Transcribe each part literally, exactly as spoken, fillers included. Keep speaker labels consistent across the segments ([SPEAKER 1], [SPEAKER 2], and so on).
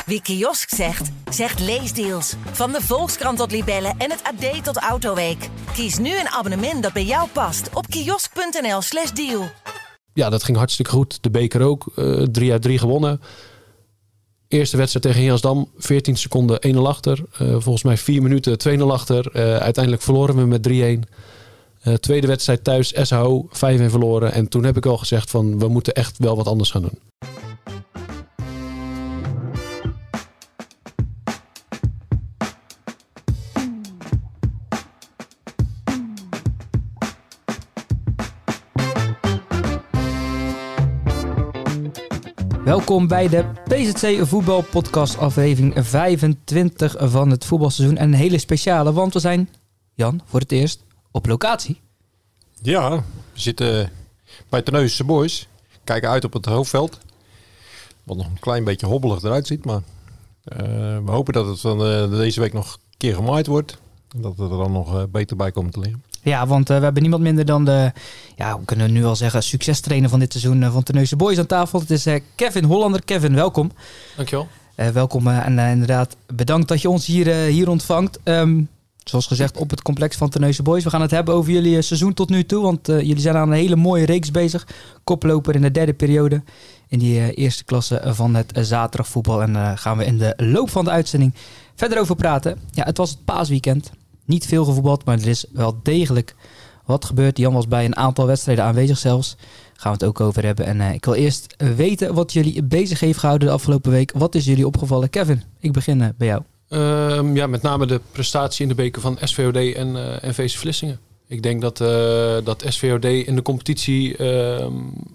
[SPEAKER 1] Wie kiosk zegt, zegt leesdeals. Van de Volkskrant tot Libellen en het A D tot Autoweek. Kies nu een abonnement dat bij jou past op kiosk.nl slash deal.
[SPEAKER 2] Ja, dat ging hartstikke goed. De beker ook. Uh, drie uit drie gewonnen. Eerste wedstrijd tegen Jansdam. veertien seconden één nul achter. Uh, volgens mij vier minuten twee nul achter. Uh, uiteindelijk verloren we met drie-een. Uh, tweede wedstrijd thuis S H O. vijf-een verloren. En toen heb ik al gezegd van we moeten echt wel wat anders gaan doen.
[SPEAKER 3] Welkom bij de P Z C Voetbal Podcast aflevering vijfentwintig van het voetbalseizoen. En een hele speciale, want we zijn, Jan, voor het eerst op locatie.
[SPEAKER 4] Ja, we zitten bij Terneuzense Boys. Kijken uit op het hoofdveld. Wat nog een klein beetje hobbelig eruit ziet. Maar uh, we hopen dat het van, uh, deze week nog een keer gemaaid wordt. En dat het er dan nog uh, beter bij komt te liggen.
[SPEAKER 3] Ja, want uh, we hebben niemand minder dan de, ja, we kunnen nu al zeggen, succestrainer van dit seizoen uh, van Terneuzense Boys aan tafel. Het is uh, Kevin Hollander. Kevin, welkom.
[SPEAKER 2] Dankjewel.
[SPEAKER 3] Uh, welkom uh, en uh, inderdaad bedankt dat je ons hier, uh, hier ontvangt. Um, zoals gezegd op het complex van Terneuzense Boys. We gaan het hebben over jullie uh, seizoen tot nu toe, want uh, jullie zijn aan een hele mooie reeks bezig. Koploper in de derde periode in die uh, eerste klasse van het uh, zaterdagvoetbal. En daar uh, gaan we in de loop van de uitzending verder over praten. Ja, het was het paasweekend. Niet veel gevoetbald, maar er is wel degelijk wat gebeurd. Jan was bij een aantal wedstrijden aanwezig zelfs. Daar gaan we het ook over hebben. En uh, ik wil eerst weten wat jullie bezig heeft gehouden de afgelopen week. Wat is jullie opgevallen? Kevin, ik begin uh, bij jou.
[SPEAKER 2] Um, ja, met name de prestatie in de beker van S V O D en, uh, en V C Vlissingen. Ik denk dat, uh, dat S V O D in de competitie uh,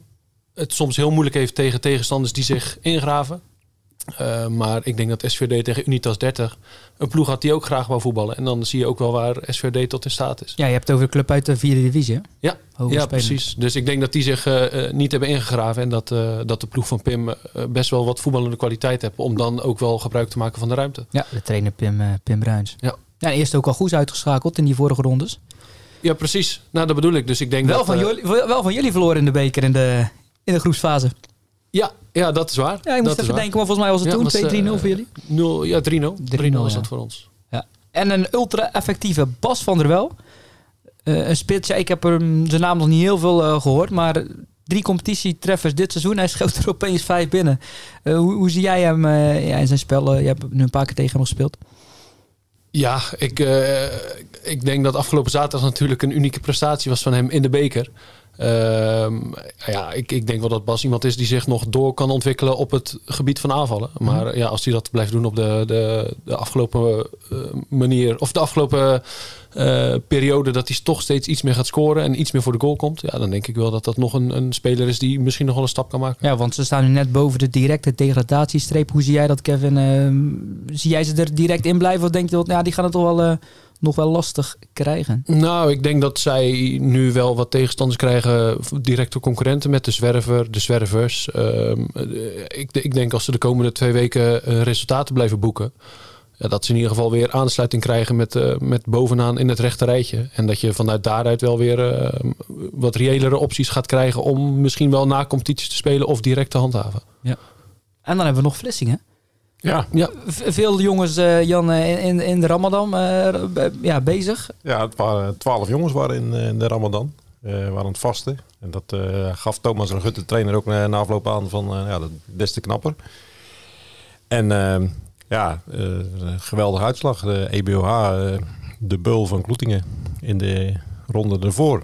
[SPEAKER 2] het soms heel moeilijk heeft tegen tegenstanders die zich ingraven. Uh, maar ik denk dat S V O D tegen Unitas dertig een ploeg had die ook graag wou voetballen. En dan zie je ook wel waar S V O D tot in staat is.
[SPEAKER 3] Ja, je hebt het over de club uit de vierde divisie, hè?
[SPEAKER 2] Ja, ja precies. Dus ik denk dat die zich uh, niet hebben ingegraven. En dat, uh, dat de ploeg van Pim uh, best wel wat voetballende kwaliteit heeft. Om dan ook wel gebruik te maken van de ruimte.
[SPEAKER 3] Ja, de trainer Pim, uh, Pim Bruins.
[SPEAKER 2] Ja.
[SPEAKER 3] Ja, eerst ook al goed uitgeschakeld in die vorige rondes.
[SPEAKER 2] Ja, precies. Nou, dat bedoel ik. Dus ik denk
[SPEAKER 3] wel,
[SPEAKER 2] dat,
[SPEAKER 3] van
[SPEAKER 2] uh,
[SPEAKER 3] jullie, wel van jullie verloren in de beker in de, in de groepsfase.
[SPEAKER 2] Ja, ja, dat is waar.
[SPEAKER 3] Ja, ik moest even denken, maar volgens mij was het ja, toen twee drie nul uh, voor jullie.
[SPEAKER 2] nul, ja, drie nul. drie nul was dat
[SPEAKER 3] ja.
[SPEAKER 2] voor ons.
[SPEAKER 3] Ja. En een ultra-effectieve Bas van der Wel. Uh, een spits, ja, ik heb er zijn naam nog niet heel veel uh, gehoord, maar drie competitietreffers dit seizoen. Hij schoot er opeens vijf binnen. Uh, hoe, hoe zie jij hem uh, ja, in zijn spel? Uh, je hebt nu een paar keer tegen hem gespeeld.
[SPEAKER 2] Ja, ik, uh, ik denk dat afgelopen zaterdag natuurlijk een unieke prestatie was van hem in de beker. Uh, ja, ik, ik denk wel dat Bas iemand is die zich nog door kan ontwikkelen op het gebied van aanvallen. Maar mm. ja, als hij dat blijft doen op de, de, de afgelopen uh, manier, of de afgelopen uh, periode, dat hij toch steeds iets meer gaat scoren en iets meer voor de goal komt. Ja, dan denk ik wel dat dat nog een, een speler is die misschien nog wel een stap kan maken.
[SPEAKER 3] Ja, want ze staan nu net boven de directe degradatiestreep. Hoe zie jij dat, Kevin? Uh, zie jij ze er direct in blijven? Of denk je dat ja, die gaan het toch wel... Uh, nog wel lastig krijgen?
[SPEAKER 2] Nou, ik denk dat zij nu wel wat tegenstanders krijgen, directe concurrenten met de Zwerver, de Zwervers. Um, ik, ik denk als ze de komende twee weken uh, resultaten blijven boeken, ja, dat ze in ieder geval weer aansluiting krijgen met, uh, met bovenaan in het rechte rijtje. En dat je vanuit daaruit wel weer uh, wat reëlere opties gaat krijgen om misschien wel na competities te spelen of direct te handhaven.
[SPEAKER 3] Ja. En dan hebben we nog Vlissingen.
[SPEAKER 4] Ja.
[SPEAKER 3] ja. Veel jongens, uh, Jan, uh, in, in de Ramadan uh, ja, bezig.
[SPEAKER 4] Ja, het waren twaalf jongens waren in, in de Ramadan. Uh, waren aan het vasten. En dat uh, gaf Thomas Regutte, de trainer, ook na, na afloop aan van uh, ja, des te knapper. En uh, ja, uh, geweldige uitslag. De E B O H, uh, de beul van Kloetingen in de ronde ervoor.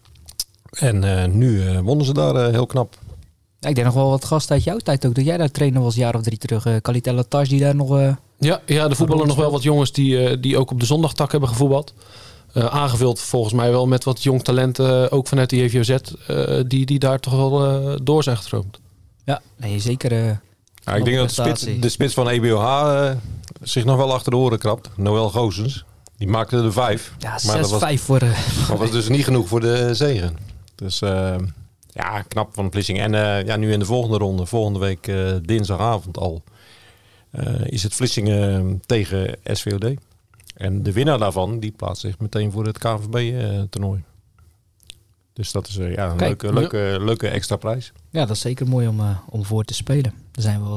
[SPEAKER 4] En uh, nu uh, wonnen ze daar uh, heel knap.
[SPEAKER 3] Ja, ik denk nog wel wat gasten uit jouw tijd ook. Dat jij daar trainer was, een jaar of drie terug. Uh, Kalitella Taj die daar nog... Uh,
[SPEAKER 2] ja, ja, er voetballen nog wel wat jongens die, uh, die ook op de zondagtak hebben gevoetbald. Uh, aangevuld volgens mij wel met wat jong talent, uh, ook vanuit de J V O Z, uh, die, die daar toch wel uh, door zijn gestroomd.
[SPEAKER 3] Ja, nee, zeker. Uh,
[SPEAKER 4] ja, ik denk dat de spits, de spits van E B O H uh, zich nog wel achter de oren krabt. Noël Goossens. Die maakte er vijf.
[SPEAKER 3] Ja, zes vijf voor... Uh,
[SPEAKER 4] maar was dus niet genoeg voor de zegen. Dus... Uh, Ja, knap van Vlissingen. En uh, ja, nu in de volgende ronde, volgende week uh, dinsdagavond al, uh, is het Vlissingen tegen S V O D. En de winnaar daarvan, die plaatst zich meteen voor het K N V B-toernooi. Uh, dus dat is uh, ja, een Kijk, leuke, leuke, leuke extra prijs.
[SPEAKER 3] Ja, dat is zeker mooi om, uh, om voor te spelen. Daar zijn we wel eens uh,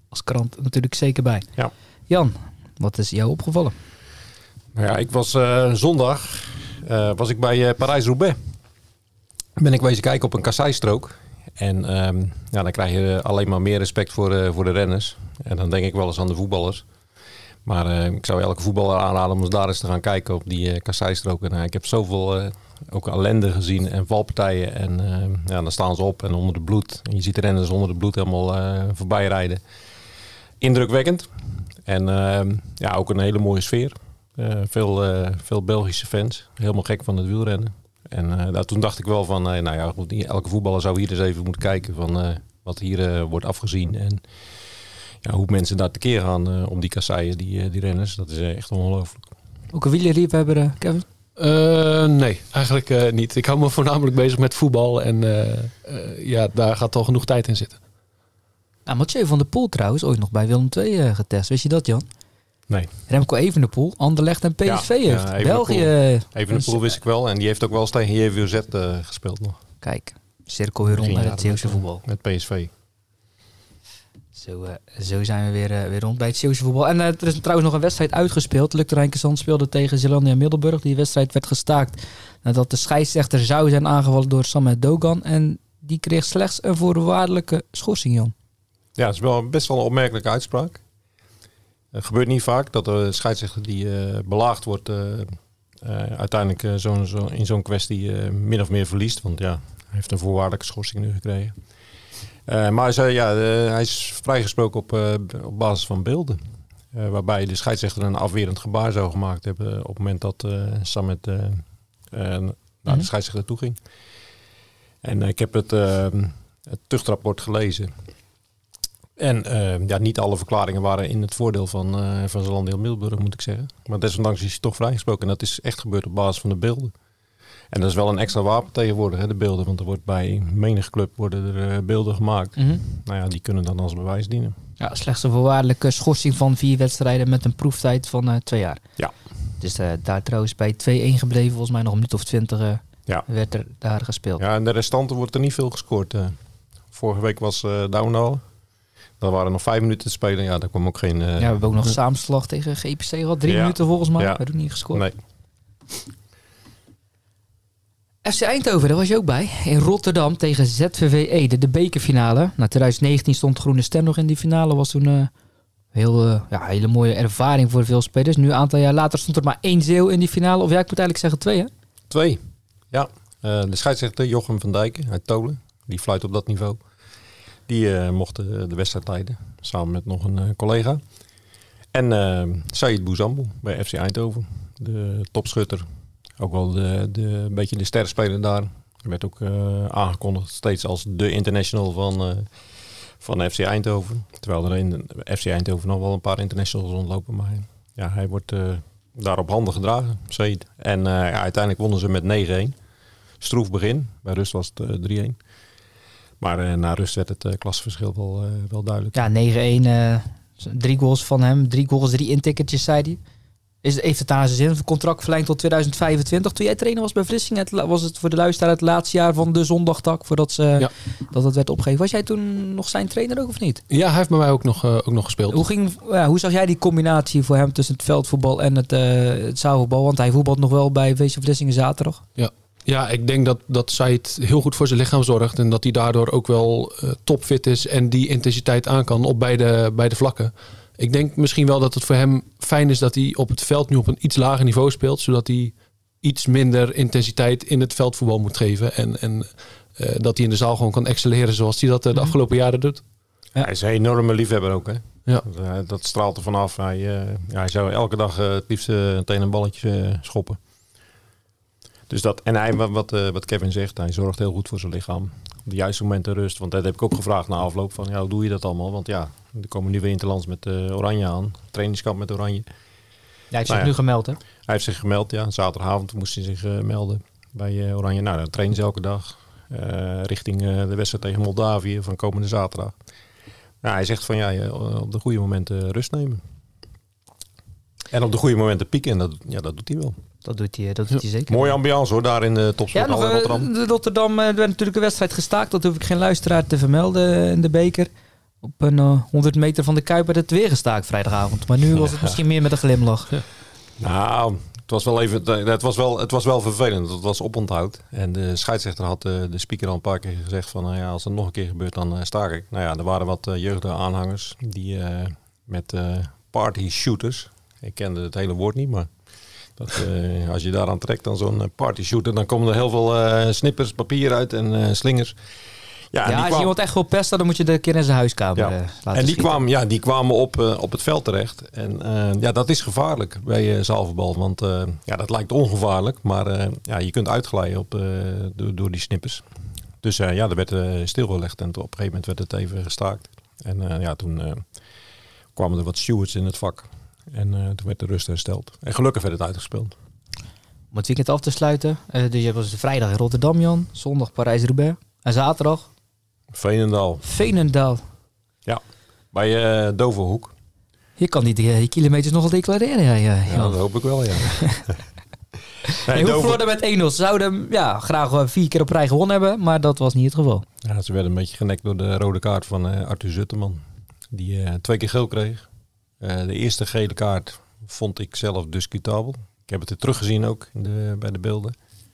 [SPEAKER 3] als krant natuurlijk zeker bij.
[SPEAKER 4] Ja.
[SPEAKER 3] Jan, wat is jou opgevallen?
[SPEAKER 4] Nou ja, ik was uh, zondag uh, was ik bij uh, Parijs-Roubaix. Ben ik wezen kijken op een kasseistrook. En um, ja, dan krijg je alleen maar meer respect voor, uh, voor de renners. En dan denk ik wel eens aan de voetballers. Maar uh, ik zou elke voetballer aanraden om eens daar eens te gaan kijken op die uh, kasseistrook. En uh, ik heb zoveel uh, ook ellende gezien en valpartijen. En uh, ja, dan staan ze op en onder de bloed. En je ziet de renners onder de bloed helemaal uh, voorbij rijden. Indrukwekkend. En uh, ja, ook een hele mooie sfeer. Uh, veel, uh, veel Belgische fans. Helemaal gek van het wielrennen. En uh, nou, toen dacht ik wel van, uh, nou ja, goed, elke voetballer zou hier eens even moeten kijken van uh, wat hier uh, wordt afgezien. En ja, hoe mensen daar tekeer gaan uh, om die kasseien, die, uh, die renners. Dat is uh, echt ongelooflijk.
[SPEAKER 3] Ook een wielerliefhebber, uh, Kevin?
[SPEAKER 2] Uh, nee, eigenlijk uh, niet. Ik hou me voornamelijk bezig met voetbal. En uh, uh, ja, daar gaat al genoeg tijd in zitten.
[SPEAKER 3] Nou, Mathieu van der Poel trouwens ooit nog bij Willem twee uh, getest. Wist je dat, Jan?
[SPEAKER 4] Nee.
[SPEAKER 3] Remco Evenepoel, Anderlecht en P S V
[SPEAKER 4] ja,
[SPEAKER 3] heeft.
[SPEAKER 4] Ja,
[SPEAKER 3] België.
[SPEAKER 4] Evenepoel wist ik wel. En die heeft ook wel eens tegen J V O Z uh, gespeeld nog.
[SPEAKER 3] Kijk, cirkel weer rond met het Zeeuwse voetbal.
[SPEAKER 4] Met P S V.
[SPEAKER 3] Zo, uh, zo zijn we weer, uh, weer rond bij het Zeeuwse voetbal. En uh, er is trouwens nog een wedstrijd uitgespeeld. Luc de Rijnkensand speelde tegen Zeelandia Middelburg. Die wedstrijd werd gestaakt nadat de scheidsrechter zou zijn aangevallen door Samet Dogan. En die kreeg slechts een voorwaardelijke schorsing, Jan.
[SPEAKER 4] Ja, het is wel best wel een opmerkelijke uitspraak. Het gebeurt niet vaak dat de scheidsrechter die uh, belaagd wordt... Uh, uh, uiteindelijk uh, zo, zo, in zo'n kwestie uh, min of meer verliest. Want ja, hij heeft een voorwaardelijke schorsing nu gekregen. Uh, maar hij, ja, uh, hij is vrijgesproken op, uh, op basis van beelden. Uh, waarbij de scheidsrechter een afwerend gebaar zou gemaakt hebben... op het moment dat uh, Samet uh, uh, naar mm-hmm. de scheidsrechter toe ging. En uh, ik heb het, uh, het tuchtrapport gelezen... En uh, ja, niet alle verklaringen waren in het voordeel van, uh, van Zeelandia Middelburg, moet ik zeggen. Maar desondanks is hij toch vrijgesproken. En dat is echt gebeurd op basis van de beelden. En dat is wel een extra wapen tegenwoordig, hè, de beelden. Want er wordt bij menige club worden er uh, beelden gemaakt. Mm-hmm. Nou ja, die kunnen dan als bewijs dienen.
[SPEAKER 3] Ja, slechts een voorwaardelijke schorsing van vier wedstrijden met een proeftijd van uh, twee jaar.
[SPEAKER 4] Ja.
[SPEAKER 3] Dus uh, daar trouwens bij twee-één gebleven. Volgens mij nog een minuut of twintig uh, ja. werd er daar gespeeld.
[SPEAKER 4] Ja, en de restanten wordt er niet veel gescoord. Uh. Vorige week was uh, Downal. Dan waren nog vijf minuten te spelen. Ja, daar kwam ook geen... Uh...
[SPEAKER 3] Ja, we hebben ook nog een samenslag tegen G P C gehad. Drie ja. minuten volgens mij. Ja. We hebben niet gescoord.
[SPEAKER 4] Nee.
[SPEAKER 3] F C Eindhoven, daar was je ook bij. In Rotterdam tegen Z V V Ede, de bekerfinale. Nou, twintig negentien stond Groene Ster nog in die finale. Was toen een uh, heel, uh, ja, hele mooie ervaring voor veel spelers. Nu, een aantal jaar later, stond er maar één Zeeuw in die finale. Of ja, ik moet eigenlijk zeggen twee, hè?
[SPEAKER 4] Twee, ja. Uh, de scheidsrechter Jochem van Dijken uit Tolen. Die fluit op dat niveau. Die uh, mocht uh, de wedstrijd leiden, samen met nog een uh, collega. En uh, Saïd Bouzambou bij F C Eindhoven, de topschutter. Ook wel de, de, een beetje de sterrenspeler daar. Hij werd ook uh, aangekondigd steeds als de international van, uh, van F C Eindhoven. Terwijl er in F C Eindhoven nog wel een paar internationals rondlopen. Maar ja, hij wordt uh, daar op handen gedragen, Saïd. En uh, ja, uiteindelijk wonnen ze met negen-één. Stroef begin, bij rust was het uh, drie-één. Maar uh, na rust werd het uh, klassenverschil wel, uh, wel duidelijk.
[SPEAKER 3] Ja, negen-één. Uh, drie goals van hem. Drie goals, drie intikkertjes, zei hij. Is, heeft het aan zijn zin? Een contract verlengd tot twintig vijfentwintig. Toen jij trainer was bij Vlissingen, het, was het voor de luisteraar het laatste jaar van de zondagtak voordat ze, ja. dat het werd opgegeven. Was jij toen nog zijn trainer ook of niet?
[SPEAKER 2] Ja, hij heeft bij mij ook nog, uh, ook nog gespeeld.
[SPEAKER 3] Hoe, ging, ja, hoe zag jij die combinatie voor hem tussen het veldvoetbal en het, uh, het zaalvoetbal? Want hij voetbalt nog wel bij V C Vlissingen zaterdag.
[SPEAKER 2] Ja. Ja, ik denk dat, dat Saïd heel goed voor zijn lichaam zorgt. En dat hij daardoor ook wel uh, topfit is en die intensiteit aan kan op beide, beide vlakken. Ik denk misschien wel dat het voor hem fijn is dat hij op het veld nu op een iets lager niveau speelt. Zodat hij iets minder intensiteit in het veldvoetbal moet geven. En, en uh, dat hij in de zaal gewoon kan excelleren zoals hij dat uh, de afgelopen jaren doet.
[SPEAKER 4] Ja. Hij is een enorme liefhebber ook, hè?
[SPEAKER 2] Ja.
[SPEAKER 4] Dat, uh, dat straalt er vanaf. Hij, uh, ja, hij zou elke dag uh, het liefst uh, tegen een balletje uh, schoppen. Dus dat, en hij, wat, uh, wat Kevin zegt, hij zorgt heel goed voor zijn lichaam. Op de juiste momenten rust. Want dat heb ik ook gevraagd na afloop. Van, ja, hoe doe je dat allemaal? Want ja, er komen nu weer interlands met uh, Oranje aan. Trainingskamp met Oranje.
[SPEAKER 3] Ja, hij heeft
[SPEAKER 4] nou
[SPEAKER 3] zich
[SPEAKER 4] ja,
[SPEAKER 3] nu gemeld, hè?
[SPEAKER 4] Hij heeft zich gemeld, ja. Zaterdagavond moest hij zich uh, melden bij uh, Oranje. Nou, dan trainen ze elke dag. Uh, richting uh, de wedstrijd tegen Moldavië van komende zaterdag. Nou, hij zegt van, ja, je, op de goede momenten rust nemen. En op de goede momenten pieken. En dat, ja, dat doet hij wel.
[SPEAKER 3] Dat doet hij, dat doet hij zeker.
[SPEAKER 4] Mooie ambiance hoor, daar in de topsport
[SPEAKER 3] ja, nog,
[SPEAKER 4] in Rotterdam.
[SPEAKER 3] De Rotterdam uh, werd natuurlijk een wedstrijd gestaakt. Dat hoef ik geen luisteraar te vermelden in de beker. op een uh, honderd meter van de Kuip werd het weer gestaakt vrijdagavond. Maar nu was het misschien meer met een glimlach.
[SPEAKER 4] Ja. Nou, het was wel even, het was wel, het was wel vervelend. Het was oponthoud. En de scheidsrechter had uh, de speaker al een paar keer gezegd van, nou ja, als het nog een keer gebeurt, dan uh, staak ik. Nou ja, er waren wat uh, jeugdige aanhangers die uh, met uh, party shooters. Ik kende het hele woord niet, maar dat, uh, als je daaraan trekt, dan zo'n uh, party shooter, dan komen er heel veel uh, snippers, papier uit en uh, slingers. Ja,
[SPEAKER 3] Ja,
[SPEAKER 4] die
[SPEAKER 3] als
[SPEAKER 4] kwam...
[SPEAKER 3] je iemand echt wil pesten, dan moet je de keer in zijn huiskamer
[SPEAKER 4] Ja.
[SPEAKER 3] uh, laten
[SPEAKER 4] En die,
[SPEAKER 3] schieten.
[SPEAKER 4] kwam, ja, die kwamen op, uh, op het veld terecht. En uh, ja, dat is gevaarlijk bij uh, zaalvoetbal. Want uh, ja, dat lijkt ongevaarlijk. Maar uh, ja, je kunt uitglijden op, uh, door, door die snippers. Dus uh, ja, er werd uh, stilgelegd. En op een gegeven moment werd het even gestaakt. En uh, ja, toen uh, kwamen er wat stewards in het vak. En uh, toen werd de rust hersteld. En gelukkig werd het uitgespeeld.
[SPEAKER 3] Om het weekend af te sluiten. Uh, dus je hebt dus vrijdag in Rotterdam, Jan. Zondag Parijs-Roubaix. En zaterdag
[SPEAKER 4] Veenendaal.
[SPEAKER 3] Veenendaal.
[SPEAKER 4] Ja, bij uh, Doverhoek.
[SPEAKER 3] Je kan die, die kilometers nogal declareren, ja, ja,
[SPEAKER 4] Ja,
[SPEAKER 3] Jan.
[SPEAKER 4] dat hoop ik wel, ja.
[SPEAKER 3] Nee,
[SPEAKER 4] nee,
[SPEAKER 3] hoe
[SPEAKER 4] Dover...
[SPEAKER 3] verloren met één nul? Ze zouden ja, graag uh, vier keer op rij gewonnen hebben, maar dat was niet het geval.
[SPEAKER 4] Ja, ze werden een beetje genekt door de rode kaart van uh, Arthur Zutterman. Die uh, twee keer geel kreeg. Uh, de eerste gele kaart vond ik zelf discutabel. Ik heb het er teruggezien ook in de, bij de beelden.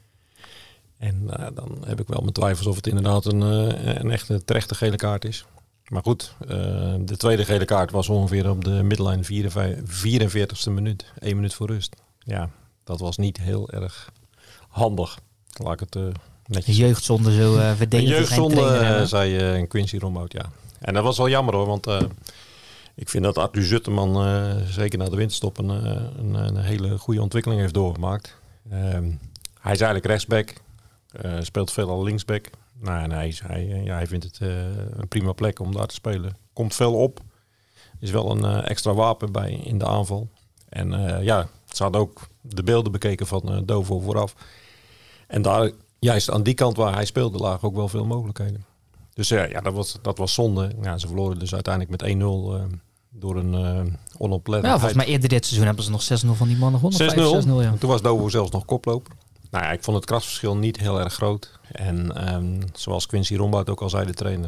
[SPEAKER 4] En uh, dan heb ik wel mijn twijfels of het inderdaad een, uh, een echte terechte gele kaart is. Maar goed, uh, de tweede gele kaart was ongeveer op de midline vierenveertigste minuut. Eén minuut voor rust. Ja, dat was niet heel erg handig. Laat ik het uh, netjes...
[SPEAKER 3] Jeugdzonde zo uh,
[SPEAKER 4] Een
[SPEAKER 3] verdedigen.
[SPEAKER 4] jeugdzonde, uh, zei uh, Quincy Rombout, ja. En dat was wel jammer hoor, want uh, ik vind dat Arthur Zutterman uh, zeker na de winterstop een, uh, een, een hele goede ontwikkeling heeft doorgemaakt. Uh, hij is eigenlijk rechtsback, uh, speelt veelal linksback. Nou, en hij, hij, ja, hij vindt het uh, een prima plek om daar te spelen. Komt veel op, is wel een uh, extra wapen bij in de aanval. En uh, ja, ze hadden ook de beelden bekeken van uh, Dovo vooraf. En daar, juist aan die kant waar hij speelde, lagen ook wel veel mogelijkheden. Dus uh, ja, dat was, dat was zonde. Ja, ze verloren dus uiteindelijk met één nul uh, door een uh, onoplettendheid.
[SPEAKER 3] Ja, volgens mij eerder dit seizoen hebben ze nog zes nul van die mannen gewonnen.
[SPEAKER 4] zes nul.
[SPEAKER 3] zes nul, ja.
[SPEAKER 4] Toen was Dovo zelfs nog koploper. Nou ja, ik vond het krasverschil niet heel erg groot. En um, zoals Quincy Rombout ook al zei, de trainer.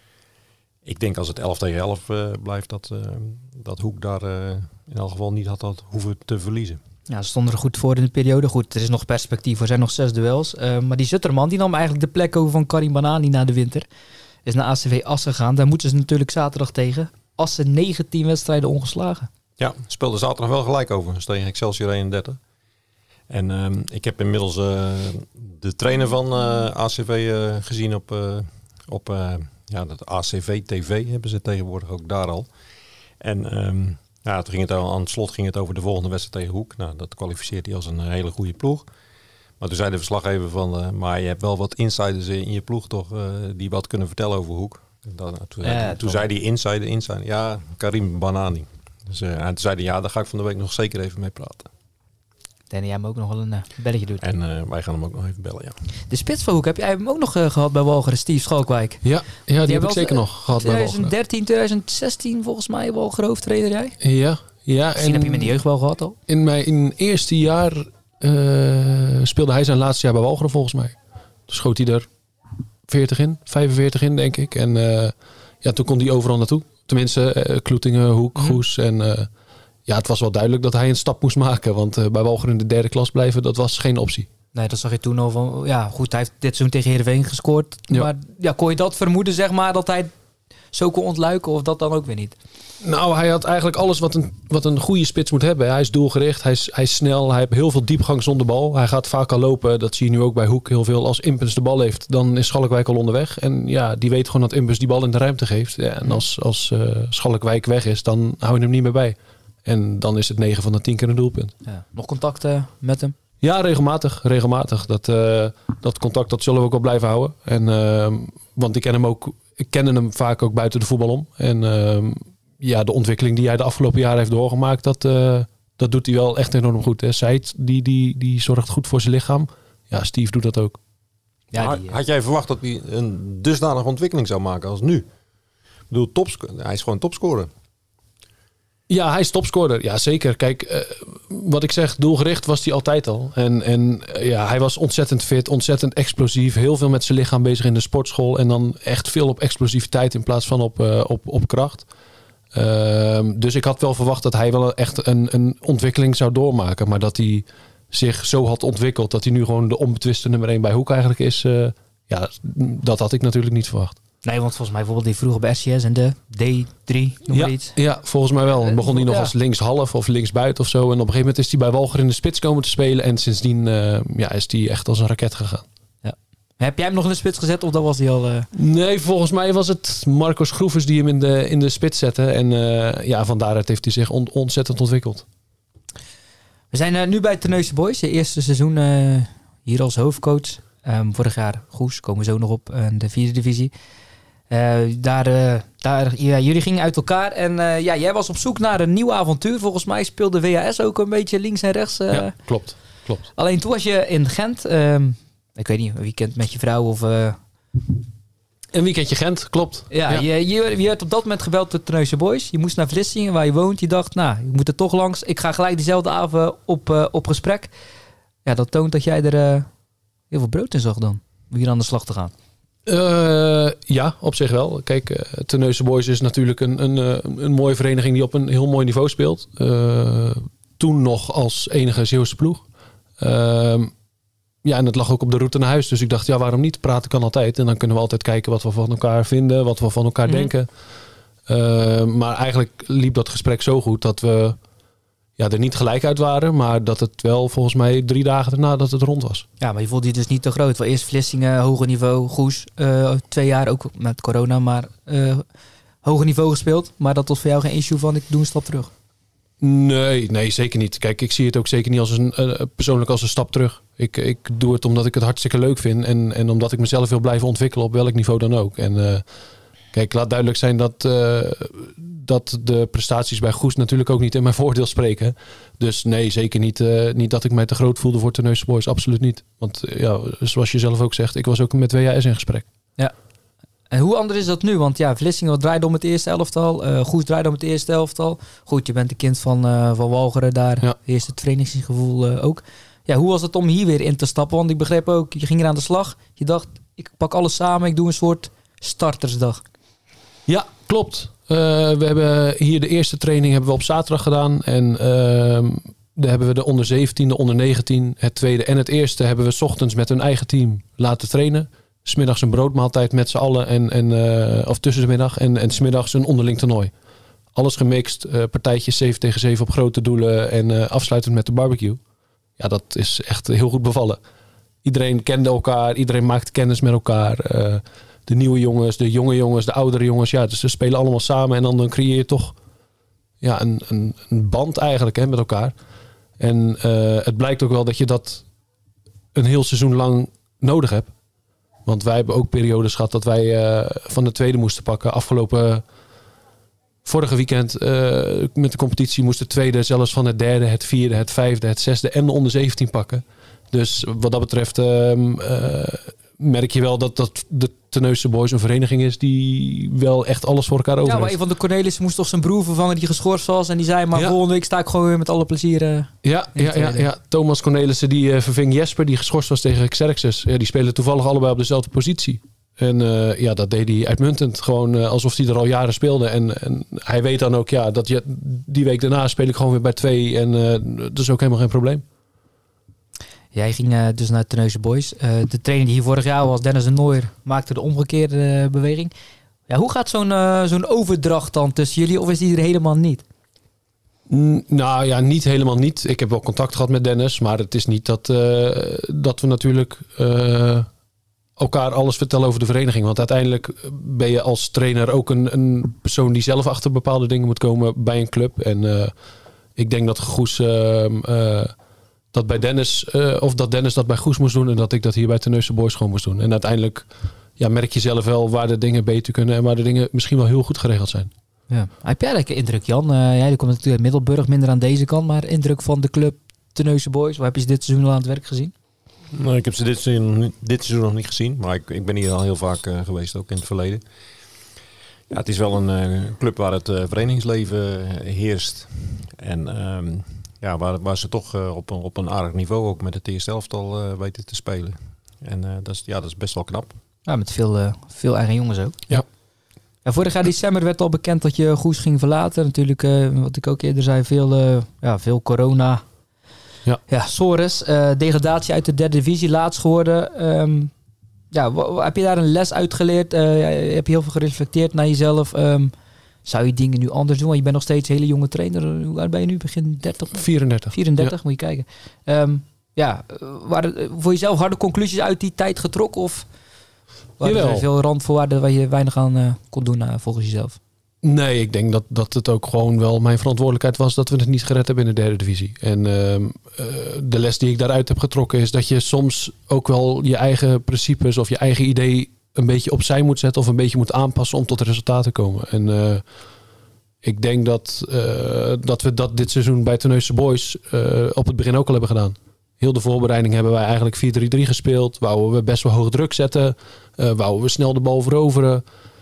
[SPEAKER 4] Ik denk als het elf tegen elf uh, blijft, dat, uh, dat Hoek daar uh, in elk geval niet had, had hoeven te verliezen.
[SPEAKER 3] Ja, ze stonden er goed voor in de periode. Goed, er is nog perspectief. Er zijn nog zes duels. Uh, maar die Zutterman, die nam eigenlijk de plek over van Karim Banani na de winter. Is naar A C V Assen gegaan. Daar moeten ze natuurlijk zaterdag tegen. Assen negentien wedstrijden ongeslagen.
[SPEAKER 4] Ja, speelde zaterdag wel gelijk over. Tegen Excelsior eenendertig. En um, ik heb inmiddels uh, de trainer van uh, A C V uh, gezien op, uh, op uh, ja, dat A C V T V hebben ze tegenwoordig ook daar al. En um, ja, toen ging het aan het slot ging het over de volgende wedstrijd tegen Hoek. Nou, dat kwalificeert hij als een hele goede ploeg. Maar toen zei de verslaggever van, uh, maar je hebt wel wat insiders in je ploeg toch, uh, die wat kunnen vertellen over Hoek. Dan, toen
[SPEAKER 3] Ja,
[SPEAKER 4] toen, toen zei die insider, insider, ja, Karim Banani. Dus, uh, en toen zei hij, ja, daar ga ik van de week nog zeker even mee praten.
[SPEAKER 3] Ik denk dat jij hem ook nog wel een uh, belletje doet.
[SPEAKER 4] En uh, wij gaan hem ook nog even bellen, ja.
[SPEAKER 3] De spits van Hoek, heb jij hem ook nog uh, gehad bij Walcheren, Steve Schalkwijk?
[SPEAKER 2] Ja, ja die, heb ik
[SPEAKER 3] was,
[SPEAKER 2] zeker
[SPEAKER 3] uh,
[SPEAKER 2] nog gehad bij Walcheren.
[SPEAKER 3] twintig dertien, twintig zestien volgens mij Walcheren hoofdtrainer jij?
[SPEAKER 2] Ja, ja.
[SPEAKER 3] Misschien heb je hem in de jeugd wel gehad al.
[SPEAKER 2] In mijn in eerste jaar uh, speelde hij zijn laatste jaar bij Walcheren volgens mij. Toen schoot hij er veertig in, vijfenveertig in denk ik. En uh, ja, toen kon hij overal naartoe. Tenminste, uh, Kloetingen, Hoek,
[SPEAKER 3] Mm-hmm.
[SPEAKER 2] Goes. En uh, ja, het was wel duidelijk dat hij een stap moest maken. Want uh, bij Walcheren in de derde klas blijven, dat was geen optie.
[SPEAKER 3] Nee, dat zag je toen al van... Ja, goed, hij heeft dit seizoen tegen Heerenveen gescoord.
[SPEAKER 2] Ja.
[SPEAKER 3] Maar ja, kon je dat vermoeden, zeg maar, dat hij zo kon ontluiken of dat dan ook weer niet?
[SPEAKER 2] Nou, hij had eigenlijk alles wat een, wat een goede spits moet hebben. Hij is doelgericht, hij is, hij is snel, hij heeft heel veel diepgang zonder bal. Hij gaat vaak al lopen, dat zie je nu ook bij Hoek heel veel. Als Impens de bal heeft, dan is Schalkwijk al onderweg. En ja, die weet gewoon dat Impens die bal in de ruimte geeft. Ja, en als, als uh, Schalkwijk weg is, dan hou je hem niet meer bij. En dan is het negen van de tien keer een doelpunt.
[SPEAKER 3] Ja. Nog contact uh, met hem?
[SPEAKER 2] Ja, regelmatig. regelmatig. Dat, uh, dat contact dat zullen we ook wel blijven houden. En, uh, want ik ken hem ook, ik ken hem vaak ook buiten de voetbal om. En uh, ja, de ontwikkeling die hij de afgelopen jaren heeft doorgemaakt, dat, uh, dat doet hij wel echt enorm goed. Hè. Seid, die, die, die zorgt goed voor zijn lichaam. Ja, Steve doet dat ook.
[SPEAKER 3] Ja, die, uh...
[SPEAKER 4] Had jij verwacht dat hij een dusdanige ontwikkeling zou maken als nu? Ik bedoel, topsc- hij is gewoon topscorer.
[SPEAKER 2] Ja, hij is topscorer. Ja, zeker. Kijk, uh, wat ik zeg, doelgericht was hij altijd al. En, en ja, hij was ontzettend fit, ontzettend explosief. Heel veel met zijn lichaam bezig in de sportschool. En dan echt veel op explosiviteit in plaats van op, uh, op, op kracht. Uh, dus ik had wel verwacht dat hij wel echt een, een ontwikkeling zou doormaken. Maar dat hij zich zo had ontwikkeld dat hij nu gewoon de onbetwiste nummer één bij Hoek eigenlijk is. Uh, ja, dat had ik natuurlijk niet verwacht.
[SPEAKER 3] Nee, want volgens mij bijvoorbeeld die vroeger bij S C S en de D drie, noem maar
[SPEAKER 2] ja,
[SPEAKER 3] iets.
[SPEAKER 2] Ja, volgens mij wel. Dan begon hij nog
[SPEAKER 3] ja.
[SPEAKER 2] als linkshalf of linksbuiten of zo. En op een gegeven moment is hij bij Walcher in de spits komen te spelen. En sindsdien uh, ja, is hij echt als een raket gegaan.
[SPEAKER 3] Ja. Heb jij hem nog in de spits gezet of dat was hij al... Uh...
[SPEAKER 2] Nee, volgens mij was het Marcos Groeves die hem in de, in de spits zette. En uh, ja, van daaruit heeft hij zich on, ontzettend ontwikkeld.
[SPEAKER 3] We zijn uh, nu bij Terneuzen Boys. De eerste seizoen uh, hier als hoofdcoach. Um, vorig jaar Goes, komen we zo nog op. Uh, de vierde divisie. Uh, daar, uh, daar, ja, jullie gingen uit elkaar en uh, ja, jij was op zoek naar een nieuw avontuur. Volgens mij speelde W H S ook een beetje links en rechts. Uh,
[SPEAKER 2] ja, klopt, klopt.
[SPEAKER 3] Alleen toen was je in Gent. Uh, ik weet niet, een weekend met je vrouw of... Uh...
[SPEAKER 2] Een weekendje Gent, klopt.
[SPEAKER 3] Ja, ja. Je, je, je werd op dat moment gebeld door Terneuzen Boys. Je moest naar Vlissingen, waar je woont. Je dacht, nou, ik moet er toch langs. Ik ga gelijk diezelfde avond op, uh, op gesprek. Ja, dat toont dat jij er uh, heel veel brood in zag dan. Om hier aan de slag te gaan.
[SPEAKER 2] Uh, ja, op zich wel. Kijk, uh, Terneuzen Boys is natuurlijk een, een, uh, een mooie vereniging die op een heel mooi niveau speelt. Uh, toen nog als enige Zeeuwse ploeg. Uh, ja, en het lag ook op de route naar huis. Dus ik dacht, ja, waarom niet? Praten kan altijd. En dan kunnen we altijd kijken wat we van elkaar vinden, wat we van elkaar mm-hmm. denken. Uh, maar eigenlijk liep dat gesprek zo goed dat we ja, er niet gelijk uit waren. Maar dat het wel volgens mij drie dagen daarna dat het rond was.
[SPEAKER 3] Ja, maar je voelde je dus niet te groot. Wel eerst Vlissingen, hoger niveau, Goes. Uh, twee jaar ook met corona, maar uh, hoger niveau gespeeld. Maar dat was voor jou geen issue van, ik doe een stap terug.
[SPEAKER 2] Nee, nee, zeker niet. Kijk, ik zie het ook zeker niet als een uh, persoonlijk als een stap terug. Ik, ik doe het omdat ik het hartstikke leuk vind. En, en omdat ik mezelf wil blijven ontwikkelen op welk niveau dan ook. En uh, kijk, laat duidelijk zijn dat, uh, dat de prestaties bij Goes natuurlijk ook niet in mijn voordeel spreken. Dus nee, zeker niet, uh, niet dat ik mij te groot voelde voor Terneuzen Boys. Absoluut niet. Want uh, ja, zoals je zelf ook zegt, ik was ook met W H S in gesprek.
[SPEAKER 3] Ja. En hoe anders is dat nu? Want ja, Vlissingen draaide om het eerste elftal. Uh, Goes draaide om het eerste elftal. Goed, je bent een kind van, uh, van Walcheren daar. Ja. Eerst het trainingsgevoel uh, ook. Ja, hoe was het om hier weer in te stappen? Want ik begreep ook, je ging er aan de slag. Je dacht, ik pak alles samen. Ik doe een soort startersdag.
[SPEAKER 2] Ja, klopt. Uh, we hebben hier de eerste training hebben we op zaterdag gedaan. En uh, daar hebben we de onder zeventien, de onder negentien, het tweede en het eerste hebben we 's ochtends met hun eigen team laten trainen. 's Middags een broodmaaltijd met z'n allen en, en, uh, of tussen de middag en, en 's middags een onderling toernooi. Alles gemixt, uh, partijtjes zeven tegen zeven op grote doelen en uh, afsluitend met de barbecue. Ja, dat is echt heel goed bevallen. Iedereen kende elkaar, iedereen maakte kennis met elkaar. Uh, de nieuwe jongens, de jonge jongens, de oudere jongens. Ja, dus ze spelen allemaal samen en dan, dan creëer je toch ja, een, een, een band eigenlijk hè, met elkaar. En uh, het blijkt ook wel dat je dat een heel seizoen lang nodig hebt. Want wij hebben ook periodes gehad dat wij uh, van de tweede moesten pakken. Afgelopen vorige weekend uh, met de competitie moest de tweede zelfs van het derde, het vierde, het vijfde, het zesde en de onder zeventien pakken. Dus wat dat betreft uh, uh, merk je wel dat, dat de Terneuzen Boys een vereniging is die wel echt alles voor elkaar over
[SPEAKER 3] Ja, maar
[SPEAKER 2] heeft.
[SPEAKER 3] een van de Cornelis moest toch zijn broer vervangen die geschorst was. En die zei, maar ja. volgende week sta ik gewoon weer met alle plezier. Uh,
[SPEAKER 2] ja, ja, ja, ja, Thomas Cornelissen die uh, verving Jesper die geschorst was tegen Xerxes. Ja, die spelen toevallig allebei op dezelfde positie. En uh, ja, dat deed hij uitmuntend. Gewoon uh, alsof hij er al jaren speelde. En, en hij weet dan ook, ja, dat je, die week daarna speel ik gewoon weer bij twee. En uh, dat is ook helemaal geen probleem.
[SPEAKER 3] Jij ging uh, dus naar Terneuzen Boys. Uh, de trainer die hier vorig jaar was, Dennis de Nooijer, maakte de omgekeerde uh, beweging. Ja, hoe gaat zo'n, uh, zo'n overdracht dan tussen jullie? Of is die er helemaal niet?
[SPEAKER 2] N- nou ja, niet helemaal niet. Ik heb wel contact gehad met Dennis. Maar het is niet dat, uh, dat we natuurlijk uh, elkaar alles vertellen over de vereniging. Want uiteindelijk ben je als trainer ook een, een persoon die zelf achter bepaalde dingen moet komen bij een club. En uh, ik denk dat Goes... Uh, uh, dat bij Dennis, uh, of dat Dennis dat bij Goes moest doen en dat ik dat hier bij Terneuzen Boys gewoon moest doen. En uiteindelijk ja, merk je zelf wel waar de dingen beter kunnen en waar de dingen misschien wel heel goed geregeld zijn.
[SPEAKER 3] Ja. Heb jij lekker indruk, Jan? Uh, jij komt natuurlijk uit Middelburg, minder aan deze kant, maar indruk van de club Terneuzen Boys. Waar heb je ze dit seizoen al aan het werk gezien?
[SPEAKER 4] Nou, ik heb ze dit seizoen, dit seizoen nog niet gezien, maar ik, ik ben hier al heel vaak uh, geweest, ook in het verleden. Ja, het is wel een uh, club waar het uh, verenigingsleven heerst. En um, ja, waar, waar ze toch uh, op, een, op een aardig niveau ook met het eerste elftal uh, weten te spelen. En uh, dat, is, ja, dat is best wel knap.
[SPEAKER 3] Ja, met veel, uh, veel eigen jongens ook.
[SPEAKER 2] Ja.
[SPEAKER 3] Ja, vorig jaar december werd al bekend dat je Goes ging verlaten. Natuurlijk, uh, wat ik ook eerder zei, veel, uh, ja, veel corona.
[SPEAKER 2] Ja,
[SPEAKER 3] ja Sores, uh, degradatie uit de derde divisie, laatst geworden. Um, ja, w- w- heb je daar een les uit geleerd? Uh, heb je heel veel gereflecteerd naar jezelf? Um, zou je dingen nu anders doen? Want je bent nog steeds een hele jonge trainer. Hoe oud ben je nu? Begin dertig?
[SPEAKER 2] vierendertig.
[SPEAKER 3] vierendertig,
[SPEAKER 2] Ja.
[SPEAKER 3] moet je kijken. Um, ja, waren voor jezelf harde conclusies uit die tijd getrokken? Of waren er veel randvoorwaarden waar je weinig aan uh, kon doen uh, volgens jezelf?
[SPEAKER 2] Nee, ik denk dat, dat het ook gewoon wel mijn verantwoordelijkheid was dat we het niet gered hebben in de derde divisie. En uh, uh, de les die ik daaruit heb getrokken is dat je soms ook wel je eigen principes of je eigen idee een beetje opzij moet zetten of een beetje moet aanpassen om tot resultaten te komen. En uh, ik denk dat, uh, dat we dat dit seizoen bij Terneuzen Boys uh, op het begin ook al hebben gedaan. Heel de voorbereiding hebben wij eigenlijk vier drie drie gespeeld. Wouden we best wel hoog druk zetten. Uh, wouden we snel de bal veroveren.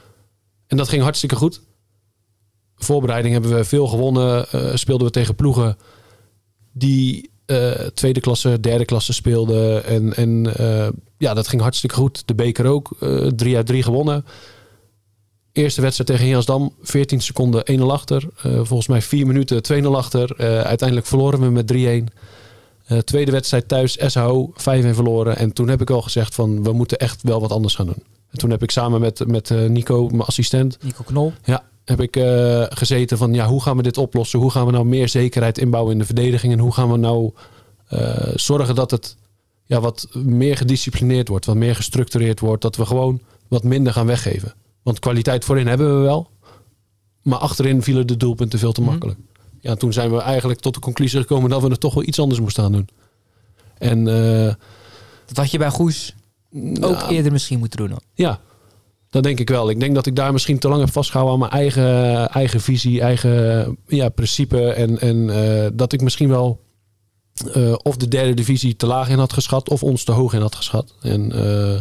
[SPEAKER 2] En dat ging hartstikke goed. Voorbereiding hebben we veel gewonnen. Uh, speelden we tegen ploegen die uh, tweede klasse, derde klasse speelden. En, en uh, ja, dat ging hartstikke goed. De beker ook. Uh, drie uit drie gewonnen. Eerste wedstrijd tegen Jansdam. veertien seconden één nul achter. Uh, volgens mij vier minuten twee nul achter. Uh, uiteindelijk verloren we met drie-een. Uh, tweede wedstrijd thuis, S H O, vijf-een verloren. En toen heb ik al gezegd van we moeten echt wel wat anders gaan doen. En toen heb ik samen met, met uh, Nico, mijn assistent.
[SPEAKER 3] Nico Knol.
[SPEAKER 2] Ja, heb ik uh, gezeten van ja, hoe gaan we dit oplossen? Hoe gaan we nou meer zekerheid inbouwen in de verdediging? En hoe gaan we nou uh, zorgen dat het ja, wat meer gedisciplineerd wordt, wat meer gestructureerd wordt, dat we gewoon wat minder gaan weggeven. Want kwaliteit voorin hebben we wel, maar achterin vielen de doelpunten veel te
[SPEAKER 3] Mm-hmm.
[SPEAKER 2] makkelijk. Ja, toen zijn we eigenlijk tot de conclusie gekomen dat we er toch wel iets anders moesten gaan doen. En uh,
[SPEAKER 3] dat had je bij Goes ook
[SPEAKER 2] ja,
[SPEAKER 3] eerder misschien moeten doen dan.
[SPEAKER 2] Ja, dat denk ik wel. Ik denk dat ik daar misschien te lang heb vastgehouden aan mijn eigen, eigen visie, eigen ja, principe. En, en uh, dat ik misschien wel uh, of de derde divisie te laag in had geschat of ons te hoog in had geschat. En uh,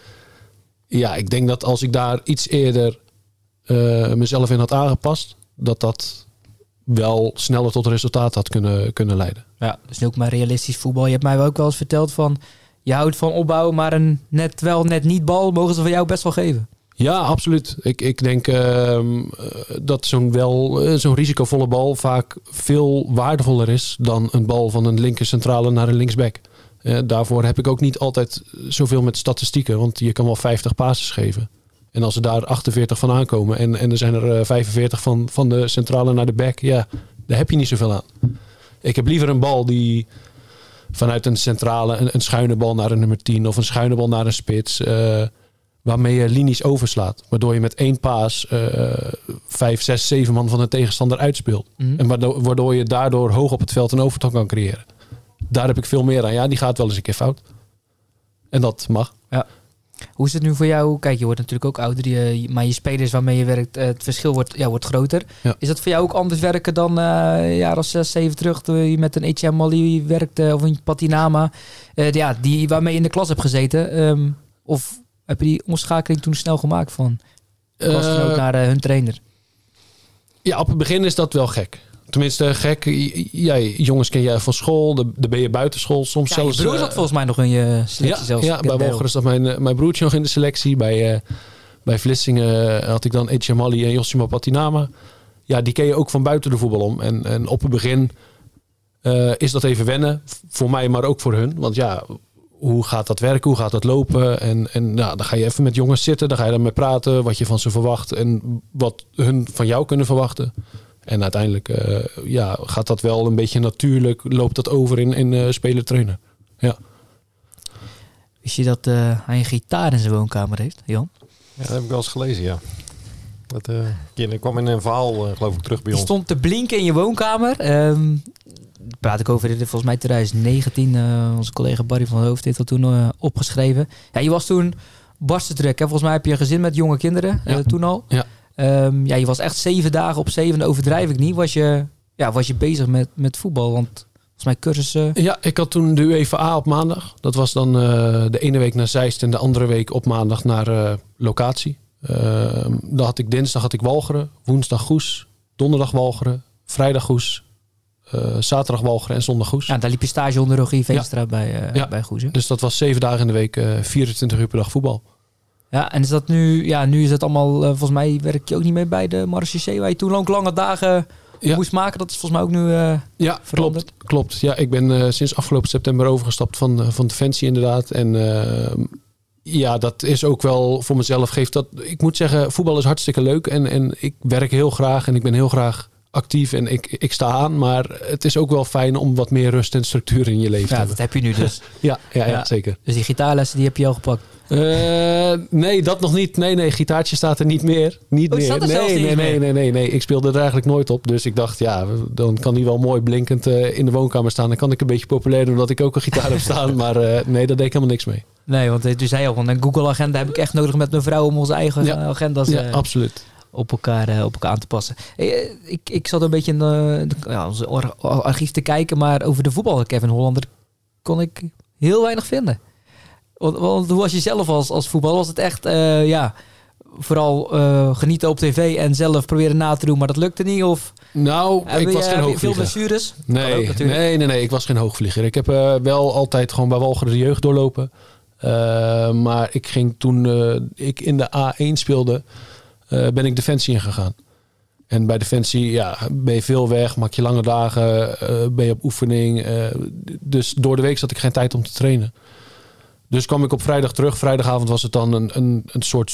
[SPEAKER 2] ja, ik denk dat als ik daar iets eerder uh, mezelf in had aangepast, dat dat wel sneller tot resultaat had kunnen, kunnen leiden.
[SPEAKER 3] Ja, dus nu ook maar realistisch voetbal. Je hebt mij ook wel eens verteld van je houdt van opbouwen, maar een net wel, net niet bal mogen ze van jou best wel geven.
[SPEAKER 2] Ja, absoluut. Ik, ik denk uh, dat zo'n, wel, uh, zo'n risicovolle bal vaak veel waardevoller is dan een bal van een linker centrale naar een linksback. Uh, daarvoor heb ik ook niet altijd zoveel met statistieken, want je kan wel vijftig passes geven. En als er daar achtenveertig van aankomen en, en er zijn er uh, vijfenveertig van, van de centrale naar de back, ja, daar heb je niet zoveel aan. Ik heb liever een bal die vanuit een centrale, een, een schuine bal naar een nummer tien of een schuine bal naar een spits, uh, waarmee je linies overslaat. Waardoor je met één paas uh, vijf, zes, zeven man van de tegenstander uitspeelt. Mm-hmm. En waardoor, waardoor je daardoor hoog op het veld een overtag kan creëren. Daar heb ik veel meer aan. Ja, die gaat wel eens een keer fout. En dat mag.
[SPEAKER 3] Ja. Hoe is het nu voor jou? Kijk, je wordt natuurlijk ook ouder, je, maar je spelers waarmee je werkt, het verschil wordt, ja, wordt groter.
[SPEAKER 2] Ja.
[SPEAKER 3] Is dat voor jou ook anders werken dan uh, een jaar of zes, zeven terug, toen je met een Etienne Molly werkte of een Patinama, uh, ja, die waarmee je in de klas hebt gezeten? Um, of heb je die omschakeling toen snel gemaakt van klasgenoot uh, naar uh, hun trainer?
[SPEAKER 2] Ja, op het begin is dat wel gek. Tenminste, gek. Ja, jongens ken jij van school. Dan ben je buitenschool. Soms
[SPEAKER 3] ja,
[SPEAKER 2] zelfs.
[SPEAKER 3] Je broer zat volgens mij nog in je selectie.
[SPEAKER 2] Ja,
[SPEAKER 3] zelfs.
[SPEAKER 2] ja bij Wolgeren zat mijn, mijn broertje nog in de selectie. Bij, uh, bij Vlissingen had ik dan Etienne Molly en Jossimo Patinama. Ja, die ken je ook van buiten de voetbal om. En, en op het begin uh, is dat even wennen. Voor mij, maar ook voor hun. Want ja, hoe gaat dat werken? Hoe gaat dat lopen? En, en nou, dan ga je even met jongens zitten. Dan ga je daarmee praten. Wat je van ze verwacht. En wat hun van jou kunnen verwachten. En uiteindelijk uh, ja, gaat dat wel een beetje natuurlijk. Loopt dat over in, in uh, speler-trainer. Ja.
[SPEAKER 3] Wist je dat uh, hij een gitaar in zijn woonkamer heeft, Jan?
[SPEAKER 4] Ja, dat heb ik wel eens gelezen, ja. Dat uh, ik kwam in een verhaal, uh, geloof ik, terug bij
[SPEAKER 3] Die
[SPEAKER 4] ons.
[SPEAKER 3] stond te blinken in je woonkamer. Um, praat ik over, volgens mij twintig negentien. Uh, onze collega Barry van Hoofd heeft dat toen uh, opgeschreven. Ja, je was toen barsten druk. Hè? Volgens mij heb je een gezin met jonge kinderen. Ja. Uh, toen al.
[SPEAKER 2] Ja.
[SPEAKER 3] Um, ja, je was echt zeven dagen op zeven, overdrijf ik niet. Was je, ja, was je bezig met, met voetbal? Want volgens mij cursussen...
[SPEAKER 2] Ja, ik had toen de UEFA A op maandag. Dat was dan uh, de ene week naar Zeist en de andere week op maandag naar uh, locatie. Uh, dan had ik dinsdag had ik Walcheren, woensdag Goes, donderdag Walcheren, vrijdag Goes, Uh, zaterdag Walcheren en zondag Goes.
[SPEAKER 3] Ja, daar liep je stage onder Rogier Veenstra ja. bij, uh, ja. bij Goes. Hè?
[SPEAKER 2] Dus dat was zeven dagen in de week, uh, vierentwintig uur per dag voetbal.
[SPEAKER 3] Ja, en is dat nu... Ja, nu is het allemaal... Uh, volgens mij werk je ook niet mee bij de Marseillais, waar je toen ook lange dagen ja. moest maken. Dat is volgens mij ook nu uh,
[SPEAKER 2] ja,
[SPEAKER 3] veranderd.
[SPEAKER 2] Klopt, klopt. Ja, ik ben uh, sinds afgelopen september overgestapt van, uh, van Defensie inderdaad. En uh, ja, dat is ook wel voor mezelf geeft dat... Ik moet zeggen, voetbal is hartstikke leuk. En, en ik werk heel graag en ik ben heel graag actief en ik, ik sta aan. Maar het is ook wel fijn om wat meer rust en structuur in je leven ja, te hebben.
[SPEAKER 3] Ja, dat heb je nu dus.
[SPEAKER 2] ja, ja, ja, ja, zeker.
[SPEAKER 3] Dus die gitaarlessen, die heb je al gepakt?
[SPEAKER 2] Uh, nee, dat nog niet. Nee, nee, gitaartje staat er niet meer. Niet
[SPEAKER 3] oh,
[SPEAKER 2] meer.
[SPEAKER 3] Staat er
[SPEAKER 2] nee,
[SPEAKER 3] zelfs
[SPEAKER 2] nee,
[SPEAKER 3] niet
[SPEAKER 2] nee,
[SPEAKER 3] meer?
[SPEAKER 2] nee, nee, nee. Ik speelde er eigenlijk nooit op. Dus ik dacht, ja, dan kan die wel mooi blinkend uh, in de woonkamer staan. Dan kan ik een beetje populair doen dat ik ook een gitaar heb staan. Maar uh, nee, daar deed ik helemaal niks mee.
[SPEAKER 3] Nee, want tu zei al, van een Google-agenda heb ik echt nodig met mijn vrouw om onze eigen ja. agenda's
[SPEAKER 2] ja,
[SPEAKER 3] uh,
[SPEAKER 2] absoluut.
[SPEAKER 3] Op, elkaar, uh, op elkaar aan te passen. Ik, ik, ik zat een beetje in de, de, ja, onze archief te kijken, maar over de voetbal Kevin Hollander kon ik heel weinig vinden. Want, want hoe was je zelf als, als voetbal? Was het echt, uh, ja, vooral uh, genieten op tv en zelf proberen na te doen, maar dat lukte niet? Of
[SPEAKER 2] nou, ik was je, geen hoogvlieger.
[SPEAKER 3] Veel blessures?
[SPEAKER 2] Nee, ook, nee, nee, nee, ik was geen hoogvlieger. Ik heb uh, wel altijd gewoon bij Walcheren de jeugd doorlopen. Uh, maar ik ging toen uh, ik in de A één speelde, uh, ben ik Defensie ingegaan. En bij Defensie ja, ben je veel weg, maak je lange dagen, uh, ben je op oefening. Uh, dus door de week zat ik geen tijd om te trainen. Dus kwam ik op vrijdag terug. Vrijdagavond was het dan een, een, een soort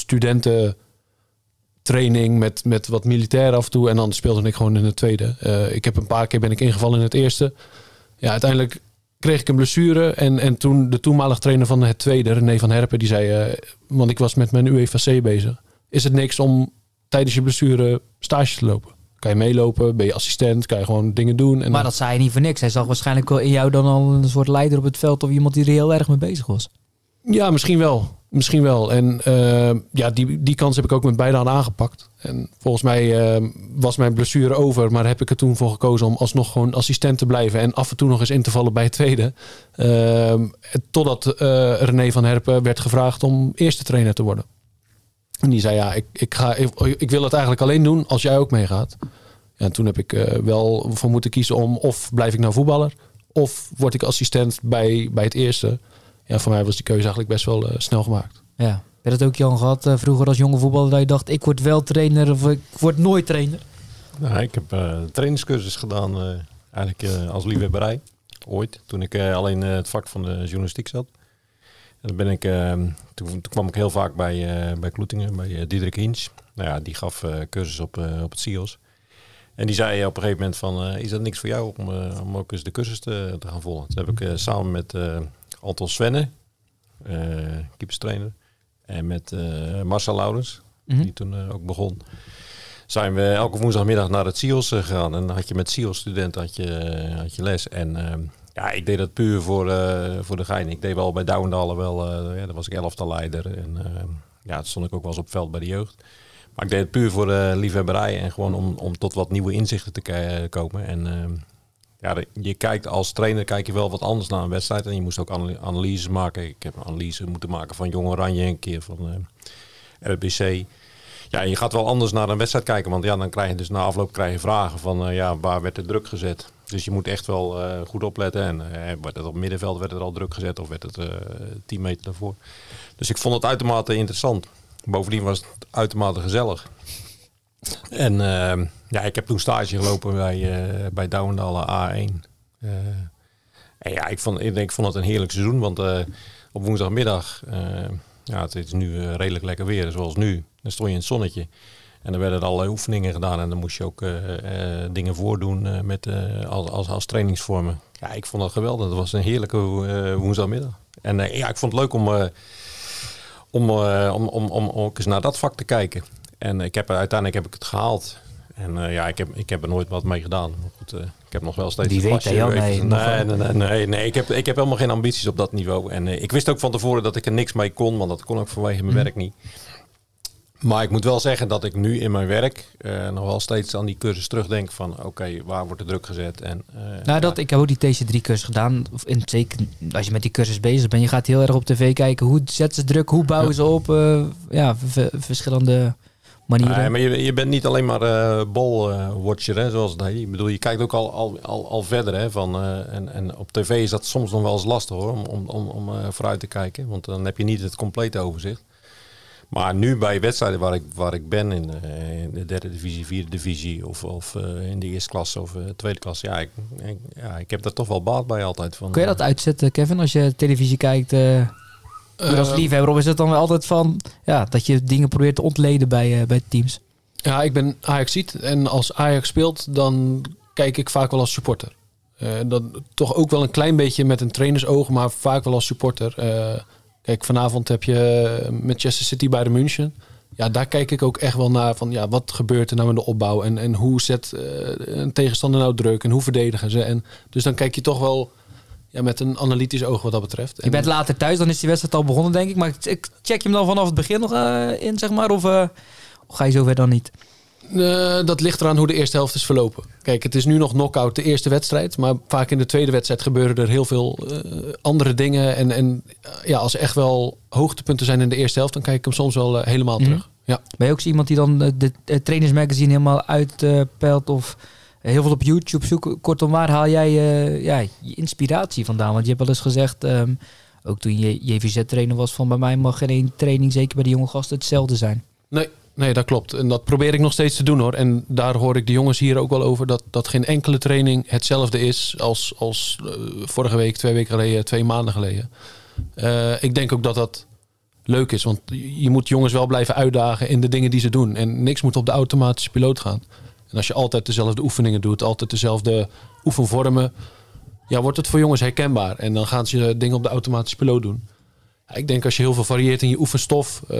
[SPEAKER 2] studententraining met, met wat militair af en toe. En dan speelde ik gewoon in het tweede. Uh, ik heb een paar keer ben ik ingevallen in het eerste. Ja, uiteindelijk kreeg ik een blessure. En, en toen de toenmalige trainer van het tweede, René van Herpen, die zei... Uh, want ik was met mijn U E F C bezig. Is het niks om tijdens je blessure stage te lopen? Kan je meelopen? Ben je assistent? Kan je gewoon dingen doen? En
[SPEAKER 3] maar
[SPEAKER 2] dan...
[SPEAKER 3] dat zei je niet voor niks. Hij zag waarschijnlijk in jou dan al een soort leider op het veld of iemand die er heel erg mee bezig was.
[SPEAKER 2] Ja, misschien wel. Misschien wel. En uh, ja, die, die kans heb ik ook met beide aan aangepakt. En volgens mij uh, was mijn blessure over, maar heb ik er toen voor gekozen om alsnog gewoon assistent te blijven en af en toe nog eens in te vallen bij het tweede. Uh, totdat uh, René van Herpen werd gevraagd om eerste trainer te worden. En die zei, ja, ik, ik, ga, ik, ik wil het eigenlijk alleen doen als jij ook meegaat. Ja, en toen heb ik uh, wel voor moeten kiezen om of blijf ik nou voetballer of word ik assistent bij, bij het eerste. Ja, voor mij was die keuze eigenlijk best wel uh, snel gemaakt.
[SPEAKER 3] Ja. Werd het ook Jan gehad uh, vroeger als jonge voetballer dat je dacht, ik word wel trainer of ik word nooit trainer?
[SPEAKER 4] Nou, ik heb uh, trainingscursus gedaan uh, eigenlijk uh, als liefhebberij. Ooit, toen ik uh, alleen uh, het vak van de journalistiek zat. En dan ben ik, uh, toen, toen kwam ik heel vaak bij, uh, bij Kloetingen, bij uh, Diederik Hinch. Nou ja, die gaf uh, cursus op, uh, op het C I O S. En die zei op een gegeven moment van, uh, is dat niks voor jou om, uh, om ook eens de cursus te, te gaan volgen? Toen heb ik uh, samen met uh, Anton Svenne, uh, keeperstrainer, en met uh, Marcel Laurens, mm-hmm. die toen uh, ook begon, zijn we elke woensdagmiddag naar het C I O S uh, gegaan. En dan had je met C I O S-studenten had je, uh, had je les. En uh, ja, ik deed dat puur voor, uh, voor de gein. Ik deed wel bij Douwendalen wel, uh, ja, daar was ik elftalleider. En uh, ja, toen stond ik ook wel eens op veld bij de jeugd. Maar ik deed het puur voor de liefhebberij en gewoon om, om tot wat nieuwe inzichten te k- komen. En uh, ja, de, je kijkt als trainer kijk je wel wat anders naar een wedstrijd. En je moest ook analyses maken. Ik heb een analyse moeten maken van Jong Oranje, een keer van uh, R B C. Ja, je gaat wel anders naar een wedstrijd kijken. Want ja, dan krijg je dus na afloop krijg je vragen van uh, ja, waar werd de druk gezet? Dus je moet echt wel uh, goed opletten. En uh, werd het op middenveld werd het al druk gezet of werd het uh, tien meter daarvoor. Dus ik vond het uitermate interessant. Bovendien was het uitermate gezellig. En uh, ja, ik heb toen stage gelopen bij, uh, bij Douwendalen A één. Uh, en ja, ik vond, ik, denk, ik vond het een heerlijk seizoen. Want uh, op woensdagmiddag, uh, ja, het is nu uh, redelijk lekker weer, zoals nu. Dan stond je in het zonnetje. En dan werden er allerlei oefeningen gedaan. En dan moest je ook uh, uh, dingen voordoen uh, met, uh, als, als, als trainingsvormen. Ja, ik vond dat geweldig. Dat was een heerlijke uh, woensdagmiddag. En uh, ja, ik vond het leuk om... Uh, Om, uh, om, om, om ook eens naar dat vak te kijken. En ik heb, uiteindelijk heb ik het gehaald. En uh, ja, ik heb, ik heb er nooit wat mee gedaan. Maar goed, uh, ik heb nog wel steeds...
[SPEAKER 3] Die weet hij, nee,
[SPEAKER 4] nee, nee, nee, nee, nee. Ik heb, ik heb helemaal geen ambities op dat niveau. En uh, ik wist ook van tevoren dat ik er niks mee kon. Want dat kon ook vanwege mijn mm. werk niet. Maar ik moet wel zeggen dat ik nu in mijn werk uh, nog wel steeds aan die cursus terugdenk van oké, okay, waar wordt de druk gezet? En, uh,
[SPEAKER 3] nou, dat, ja. Ik heb ook die T C drie cursus gedaan. In, zeker als je met die cursus bezig bent, je gaat heel erg op tv kijken. Hoe zetten ze druk? Hoe bouwen ja. ze op? Uh, ja, v- verschillende manieren.
[SPEAKER 4] Nee, maar je, je bent niet alleen maar uh, ball-watcher, hè, zoals het heet. Ik bedoel, je kijkt ook al, al, al, al verder. Hè, van, uh, en, en op tv is dat soms nog wel eens lastig hoor, om, om, om, om uh, vooruit te kijken. Want dan heb je niet het complete overzicht. Maar nu bij wedstrijden waar ik, waar ik ben, in de, in de derde divisie, vierde divisie of, of uh, in de eerste klasse of uh, tweede klasse. Ja ik, ik, ja, ik heb daar toch wel baat bij altijd. Van,
[SPEAKER 3] Kun je dat uitzetten, Kevin, als je televisie kijkt? Uh... Uh, als liefhebber, of is het dan wel altijd van ja, dat je dingen probeert te ontleden bij, uh, bij teams?
[SPEAKER 2] Ja, ik ben Ajaxiet en als Ajax speelt, dan kijk ik vaak wel als supporter. Uh, dat, toch ook wel een klein beetje met een trainersoog, maar vaak wel als supporter. Uh, kijk, vanavond heb je Manchester City bij de München. Ja, daar kijk ik ook echt wel naar van ja, wat gebeurt er nou in de opbouw en, en hoe zet uh, een tegenstander nou druk en hoe verdedigen ze. En dus dan kijk je toch wel ja, met een analytisch oog wat dat betreft.
[SPEAKER 3] Je bent later thuis, dan is die wedstrijd al begonnen, denk ik. Maar check je hem dan vanaf het begin nog uh, in, zeg maar? Of, uh, of ga je zover dan niet?
[SPEAKER 2] Uh, dat ligt eraan hoe de eerste helft is verlopen. Kijk, het is nu nog knock-out de eerste wedstrijd. Maar vaak in de tweede wedstrijd gebeuren er heel veel uh, andere dingen. En, en uh, ja, als er echt wel hoogtepunten zijn in de eerste helft, dan kijk ik hem soms wel uh, helemaal mm-hmm. terug. Ja.
[SPEAKER 3] Ben je ook zo iemand die dan de, de trainersmagazine helemaal uitpeilt uh, of heel veel op YouTube zoeken? Kortom, waar haal jij uh, ja, je inspiratie vandaan? Want je hebt wel eens gezegd, um, ook toen je J V Z-trainer was, van bij mij mag geen één training, zeker bij de jonge gasten, hetzelfde zijn.
[SPEAKER 2] Nee. Nee, dat klopt. En dat probeer ik nog steeds te doen hoor. En daar hoor ik de jongens hier ook wel over. Dat, dat geen enkele training hetzelfde is als, als uh, vorige week, twee weken geleden, twee maanden geleden. Uh, ik denk ook dat dat leuk is. Want je moet jongens wel blijven uitdagen in de dingen die ze doen. En niks moet op de automatische piloot gaan. En als je altijd dezelfde oefeningen doet, altijd dezelfde oefenvormen, ja, wordt het voor jongens herkenbaar. En dan gaan ze dingen op de automatische piloot doen. Ja, ik denk als je heel veel varieert in je oefenstof. Uh,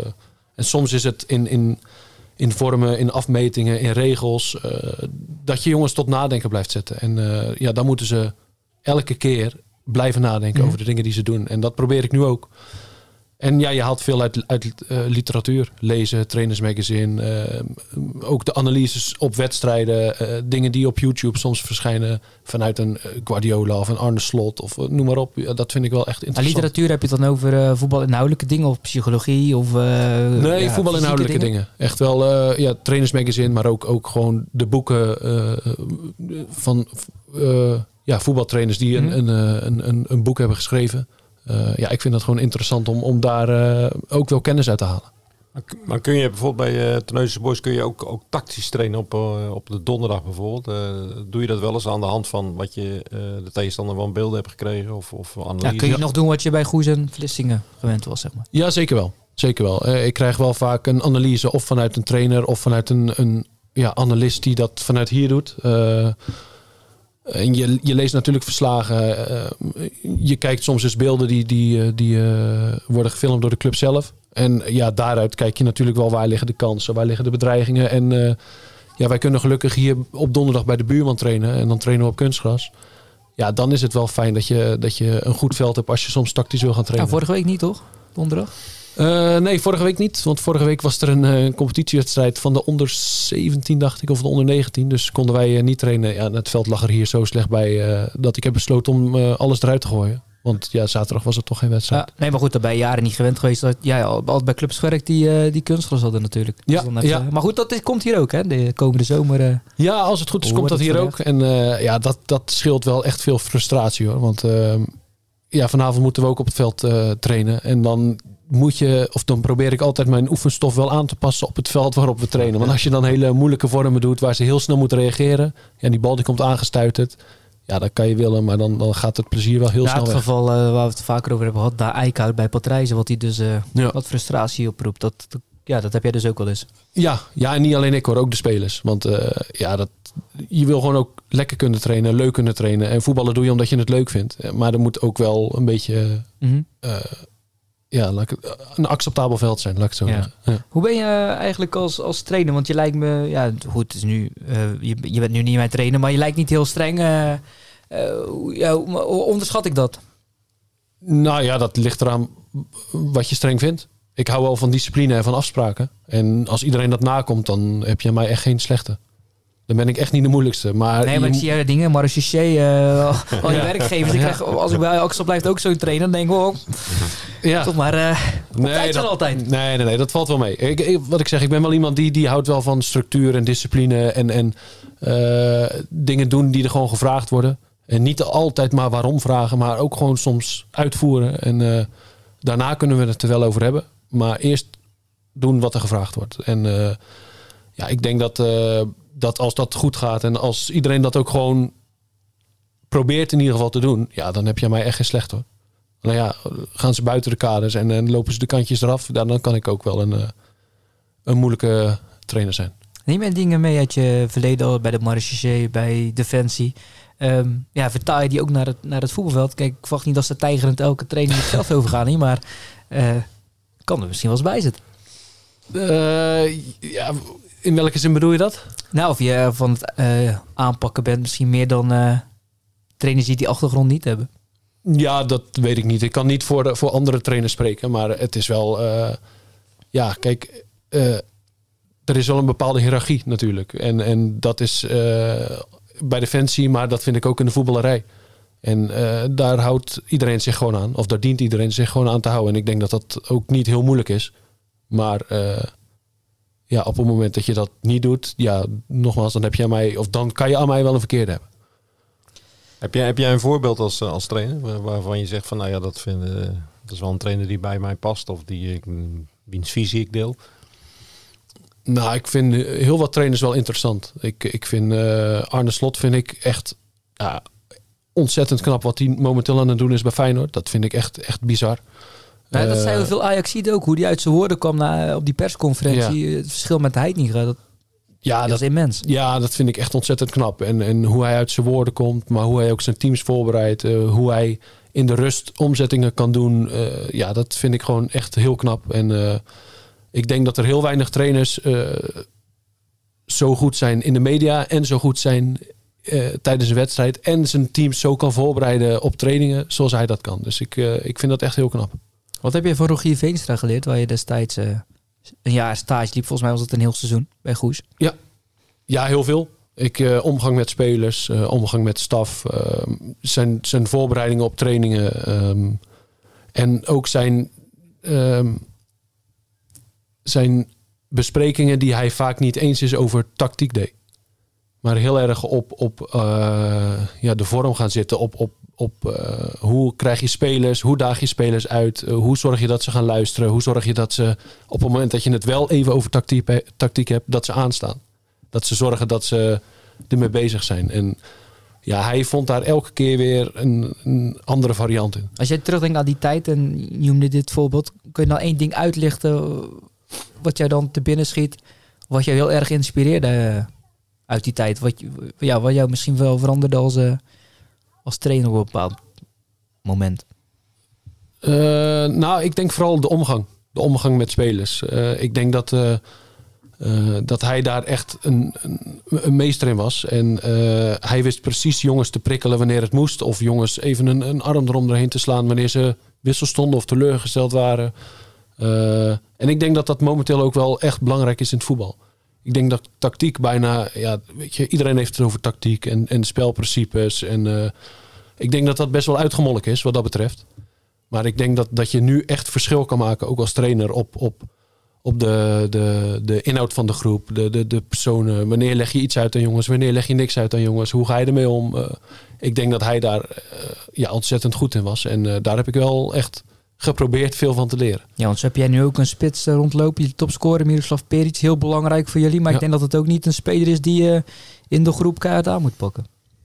[SPEAKER 2] En soms is het in, in, in vormen, in afmetingen, in regels, uh, dat je jongens tot nadenken blijft zetten. En uh, ja, dan moeten ze elke keer blijven nadenken mm. over de dingen die ze doen. En dat probeer ik nu ook. En ja, je haalt veel uit, uit uh, literatuur. Lezen, trainersmagazine. Uh, ook de analyses op wedstrijden. Uh, dingen die op YouTube soms verschijnen vanuit een Guardiola of een Arne Slot. Of uh, noem maar op. Ja, dat vind ik wel echt interessant.
[SPEAKER 3] En literatuur heb je het dan over uh, voetbalinhoudelijke dingen of psychologie? Of, uh,
[SPEAKER 2] nee,
[SPEAKER 3] ja,
[SPEAKER 2] voetbalinhoudelijke dingen? dingen. Echt wel uh, ja, trainersmagazine, maar ook, ook gewoon de boeken uh, van uh, ja, voetbaltrainers die mm-hmm. een, een, een, een, een boek hebben geschreven. Uh, ja, ik vind dat gewoon interessant om, om daar uh, ook wel kennis uit te halen.
[SPEAKER 4] Maar, maar kun je bijvoorbeeld bij uh, Terneuzense Boys kun je ook, ook tactisch trainen op, uh, op de donderdag bijvoorbeeld? Uh, doe je dat wel eens aan de hand van wat je uh, de tegenstander van beelden hebt gekregen of, of analyse?
[SPEAKER 3] Ja, kun je nog doen wat je bij Goes en Vlissingen gewend was, zeg maar?
[SPEAKER 2] Ja, zeker wel. Zeker wel. Uh, ik krijg wel vaak een analyse of vanuit een trainer of vanuit een, een ja, analist die dat vanuit hier doet. Uh, En je, je leest natuurlijk verslagen. Uh, je kijkt soms eens beelden die, die, die uh, worden gefilmd door de club zelf. En ja, daaruit kijk je natuurlijk wel waar liggen de kansen, waar liggen de bedreigingen. En uh, ja, wij kunnen gelukkig hier op donderdag bij de buurman trainen. En dan trainen we op kunstgras. Ja, dan is het wel fijn dat je, dat je een goed veld hebt als je soms tactisch wil gaan trainen.
[SPEAKER 3] Ja, vorige week niet, toch? Donderdag?
[SPEAKER 2] Uh, nee, vorige week niet. Want vorige week was er een, een competitiewedstrijd van de onder zeventien, dacht ik, of de onder negentien. Dus konden wij uh, niet trainen. Ja, het veld lag er hier zo slecht bij uh, dat ik heb besloten om uh, alles eruit te gooien. Want ja, zaterdag was het toch geen wedstrijd.
[SPEAKER 3] Ja, nee, maar goed, daar ben je jaren niet gewend geweest. Dat jij ja, altijd bij clubs gewerkt die, uh, die kunstgras hadden natuurlijk.
[SPEAKER 2] Ja,
[SPEAKER 3] dus
[SPEAKER 2] ja.
[SPEAKER 3] Maar goed, dat is, komt hier ook, hè? De komende zomer. Uh,
[SPEAKER 2] ja, als het goed is, komt dat hier ook. En uh, ja, dat, dat scheelt wel echt veel frustratie, hoor. Want uh, ja, vanavond moeten we ook op het veld uh, trainen. En dan moet je, of dan probeer ik altijd mijn oefenstof wel aan te passen op het veld waarop we trainen. Want als je dan hele moeilijke vormen doet waar ze heel snel moeten reageren. Ja, die bal die komt aangestuiterd. Ja, dat kan je willen, maar dan, dan gaat het plezier wel heel
[SPEAKER 3] ja,
[SPEAKER 2] snel weg.
[SPEAKER 3] Het geval uh, waar we het vaker over hebben gehad, daar Eickhout bij Patrijzen, wat hij dus uh, ja. wat frustratie oproept. Dat, dat, ja, dat heb jij dus ook wel eens.
[SPEAKER 2] Ja, ja, en niet alleen ik hoor, ook de spelers. Want uh, ja, dat, je wil gewoon ook lekker kunnen trainen, leuk kunnen trainen. En voetballen doe je omdat je het leuk vindt. Maar er moet ook wel een beetje mm-hmm. uh, ja, een acceptabel veld zijn, laat ik het zo
[SPEAKER 3] ja.
[SPEAKER 2] zeggen. Ja.
[SPEAKER 3] Hoe ben je eigenlijk als, als trainer? Want je lijkt me, ja, goed, het is nu, uh, je, je bent nu niet mijn trainer, maar je lijkt niet heel streng. Uh, uh, ja, hoe onderschat ik dat?
[SPEAKER 2] Nou ja, dat ligt eraan wat je streng vindt. Ik hou wel van discipline en van afspraken. En als iedereen dat nakomt, dan heb je mij echt geen slechte. Dan ben ik echt niet de moeilijkste. Maar
[SPEAKER 3] nee, maar
[SPEAKER 2] je...
[SPEAKER 3] ik zie jij dingen, Marechaussee, uh, al je ja. werkgevers. Ik krijg, als ik bij Axel blijft ook zo'n trainer, dan denk ik, oh,
[SPEAKER 2] Ja.
[SPEAKER 3] Toch maar uh, op
[SPEAKER 2] nee,
[SPEAKER 3] tijd
[SPEAKER 2] dat,
[SPEAKER 3] altijd.
[SPEAKER 2] Nee, nee, nee, dat valt wel mee. Ik, ik, wat ik zeg, ik ben wel iemand die, die houdt wel van structuur en discipline. En, en uh, dingen doen die er gewoon gevraagd worden. En niet altijd maar waarom vragen, maar ook gewoon soms uitvoeren. En uh, daarna kunnen we het er wel over hebben. Maar eerst doen wat er gevraagd wordt. En uh, ja, ik denk dat, uh, dat als dat goed gaat en als iedereen dat ook gewoon probeert in ieder geval te doen, ja, dan heb je mij echt geen slecht hoor. Nou ja, gaan ze buiten de kaders en, en lopen ze de kantjes eraf, dan, dan kan ik ook wel een, uh, een moeilijke trainer zijn.
[SPEAKER 3] Neem je dingen mee uit je verleden al bij de Marechaussee, bij Defensie? Um, ja, vertaal je die ook naar het, naar het voetbalveld? Kijk, ik verwacht niet dat ze tijgerend elke training het veld overgaan, niet, maar uh, kan er misschien wel eens bij zitten.
[SPEAKER 2] Uh, ja, in welke zin bedoel je dat?
[SPEAKER 3] Nou, of je van het uh, aanpakken bent misschien meer dan uh, trainers die die achtergrond niet hebben.
[SPEAKER 2] Ja, dat weet ik niet. Ik kan niet voor, de, voor andere trainers spreken, maar het is wel... Uh, ja, kijk, uh, er is wel een bepaalde hiërarchie natuurlijk. En, en dat is uh, bij Defensie, maar dat vind ik ook in de voetballerij. En uh, daar houdt iedereen zich gewoon aan. Of daar dient iedereen zich gewoon aan te houden. En ik denk dat dat ook niet heel moeilijk is. Maar uh, ja, op het moment dat je dat niet doet, ja, nogmaals, dan heb je aan mij, of dan kan je aan mij wel een verkeerde hebben.
[SPEAKER 4] Heb jij, heb jij een voorbeeld als, als trainer waar, waarvan je zegt van nou ja, dat, vind, uh, dat is wel een trainer die bij mij past of die ik, wiens visie ik deel?
[SPEAKER 2] Nou, ik vind heel wat trainers wel interessant. Ik, ik vind uh, Arne Slot vind ik echt ja, ontzettend knap wat hij momenteel aan het doen is bij Feyenoord. Dat vind ik echt, echt bizar.
[SPEAKER 3] Nou, dat zei veel Ajaxiden ook, hoe die uit zijn woorden kwam na, op die persconferentie. Ja. Het verschil met Heitinga, dat, ja, dat, dat is immens.
[SPEAKER 2] Ja, dat vind ik echt ontzettend knap. En, en hoe hij uit zijn woorden komt, maar hoe hij ook zijn teams voorbereidt. Uh, hoe hij in de rust omzettingen kan doen. Uh, ja, dat vind ik gewoon echt heel knap. En uh, ik denk dat er heel weinig trainers uh, zo goed zijn in de media en zo goed zijn uh, tijdens een wedstrijd. En zijn teams zo kan voorbereiden op trainingen zoals hij dat kan. Dus ik, uh, ik vind dat echt heel knap.
[SPEAKER 3] Wat heb je van Rogier Veenstra geleerd, waar je destijds uh, een jaar stage liep? Volgens mij was het een heel seizoen bij Goes.
[SPEAKER 2] Ja, ja heel veel. Ik uh, omgang met spelers, uh, omgang met staf, uh, zijn, zijn voorbereidingen op trainingen um, en ook zijn, um, zijn besprekingen die hij vaak niet eens is over tactiek deed. Maar heel erg op, op uh, ja, de vorm gaan zitten, op, op Op uh, hoe krijg je spelers, hoe daag je spelers uit, uh, hoe zorg je dat ze gaan luisteren, hoe zorg je dat ze op het moment dat je het wel even over tactiek, tactiek hebt, dat ze aanstaan. Dat ze zorgen dat ze ermee bezig zijn. En ja, hij vond daar elke keer weer een, een andere variant in.
[SPEAKER 3] Als jij terugdenkt aan die tijd en je noemde dit voorbeeld, kun je nou één ding uitlichten wat jij dan te binnen schiet, wat jou heel erg inspireerde uh, uit die tijd, wat, ja, wat jou misschien wel veranderde als... Uh, als trainer op een bepaald moment?
[SPEAKER 2] Uh, nou, ik denk vooral de omgang. De omgang met spelers. Uh, ik denk dat, uh, uh, dat hij daar echt een, een, een meester in was. En uh, hij wist precies jongens te prikkelen wanneer het moest. Of jongens even een, een arm erom erheen te slaan wanneer ze wissel stonden of teleurgesteld waren. Uh, en ik denk dat dat momenteel ook wel echt belangrijk is in het voetbal. Ik denk dat tactiek bijna... Ja, weet je, iedereen heeft het over tactiek en, en spelprincipes. En uh, ik denk dat dat best wel uitgemolken is wat dat betreft. Maar ik denk dat, dat je nu echt verschil kan maken, ook als trainer, op, op, op de, de, de inhoud van de groep, de, de, de personen. Wanneer leg je iets uit aan jongens, wanneer leg je niks uit aan jongens? Hoe ga je ermee om? Uh, ik denk dat hij daar uh, ja, ontzettend goed in was. En uh, daar heb ik wel echt... geprobeerd veel van te leren.
[SPEAKER 3] Ja, want zo heb jij nu ook een spits uh, rondlopen. Je topscorer Miroslav Peric, heel belangrijk voor jullie. Maar ja. Ik denk dat het ook niet een speler is die je uh, in de groep keihard aan moet pakken.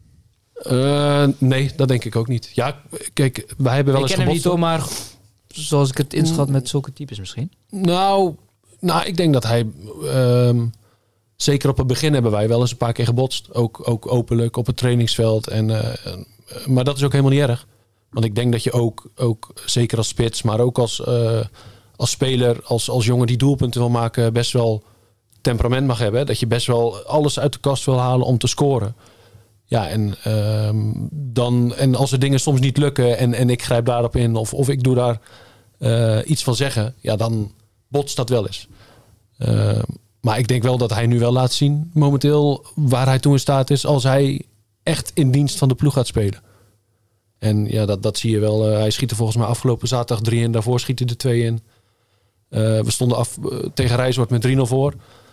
[SPEAKER 2] Uh, nee, dat denk ik ook niet. Ja, kijk, wij hebben wel
[SPEAKER 3] ik
[SPEAKER 2] eens
[SPEAKER 3] ken hem
[SPEAKER 2] gebotst.
[SPEAKER 3] niet hoor, maar zoals ik het inschat met zulke types misschien.
[SPEAKER 2] Nou, nou ik denk dat hij... Um, zeker op het begin hebben wij wel eens een paar keer gebotst. Ook, ook openlijk op het trainingsveld. En, uh, maar dat is ook helemaal niet erg. Want ik denk dat je ook, ook zeker als spits, maar ook als, uh, als speler, als, als jongen die doelpunten wil maken, best wel temperament mag hebben. Dat je best wel alles uit de kast wil halen om te scoren. Ja, en, um, dan, en als er dingen soms niet lukken en, en ik grijp daarop in of, of ik doe daar uh, iets van zeggen, ja, dan botst dat wel eens. Uh, maar ik denk wel dat hij nu wel laat zien, momenteel, waar hij toe in staat is als hij echt in dienst van de ploeg gaat spelen. En ja, dat, dat zie je wel. Uh, hij schiet er volgens mij afgelopen zaterdag drie in. Daarvoor schiet hij er twee in. Uh, we stonden af uh, tegen Rijswijk met drie nul voor.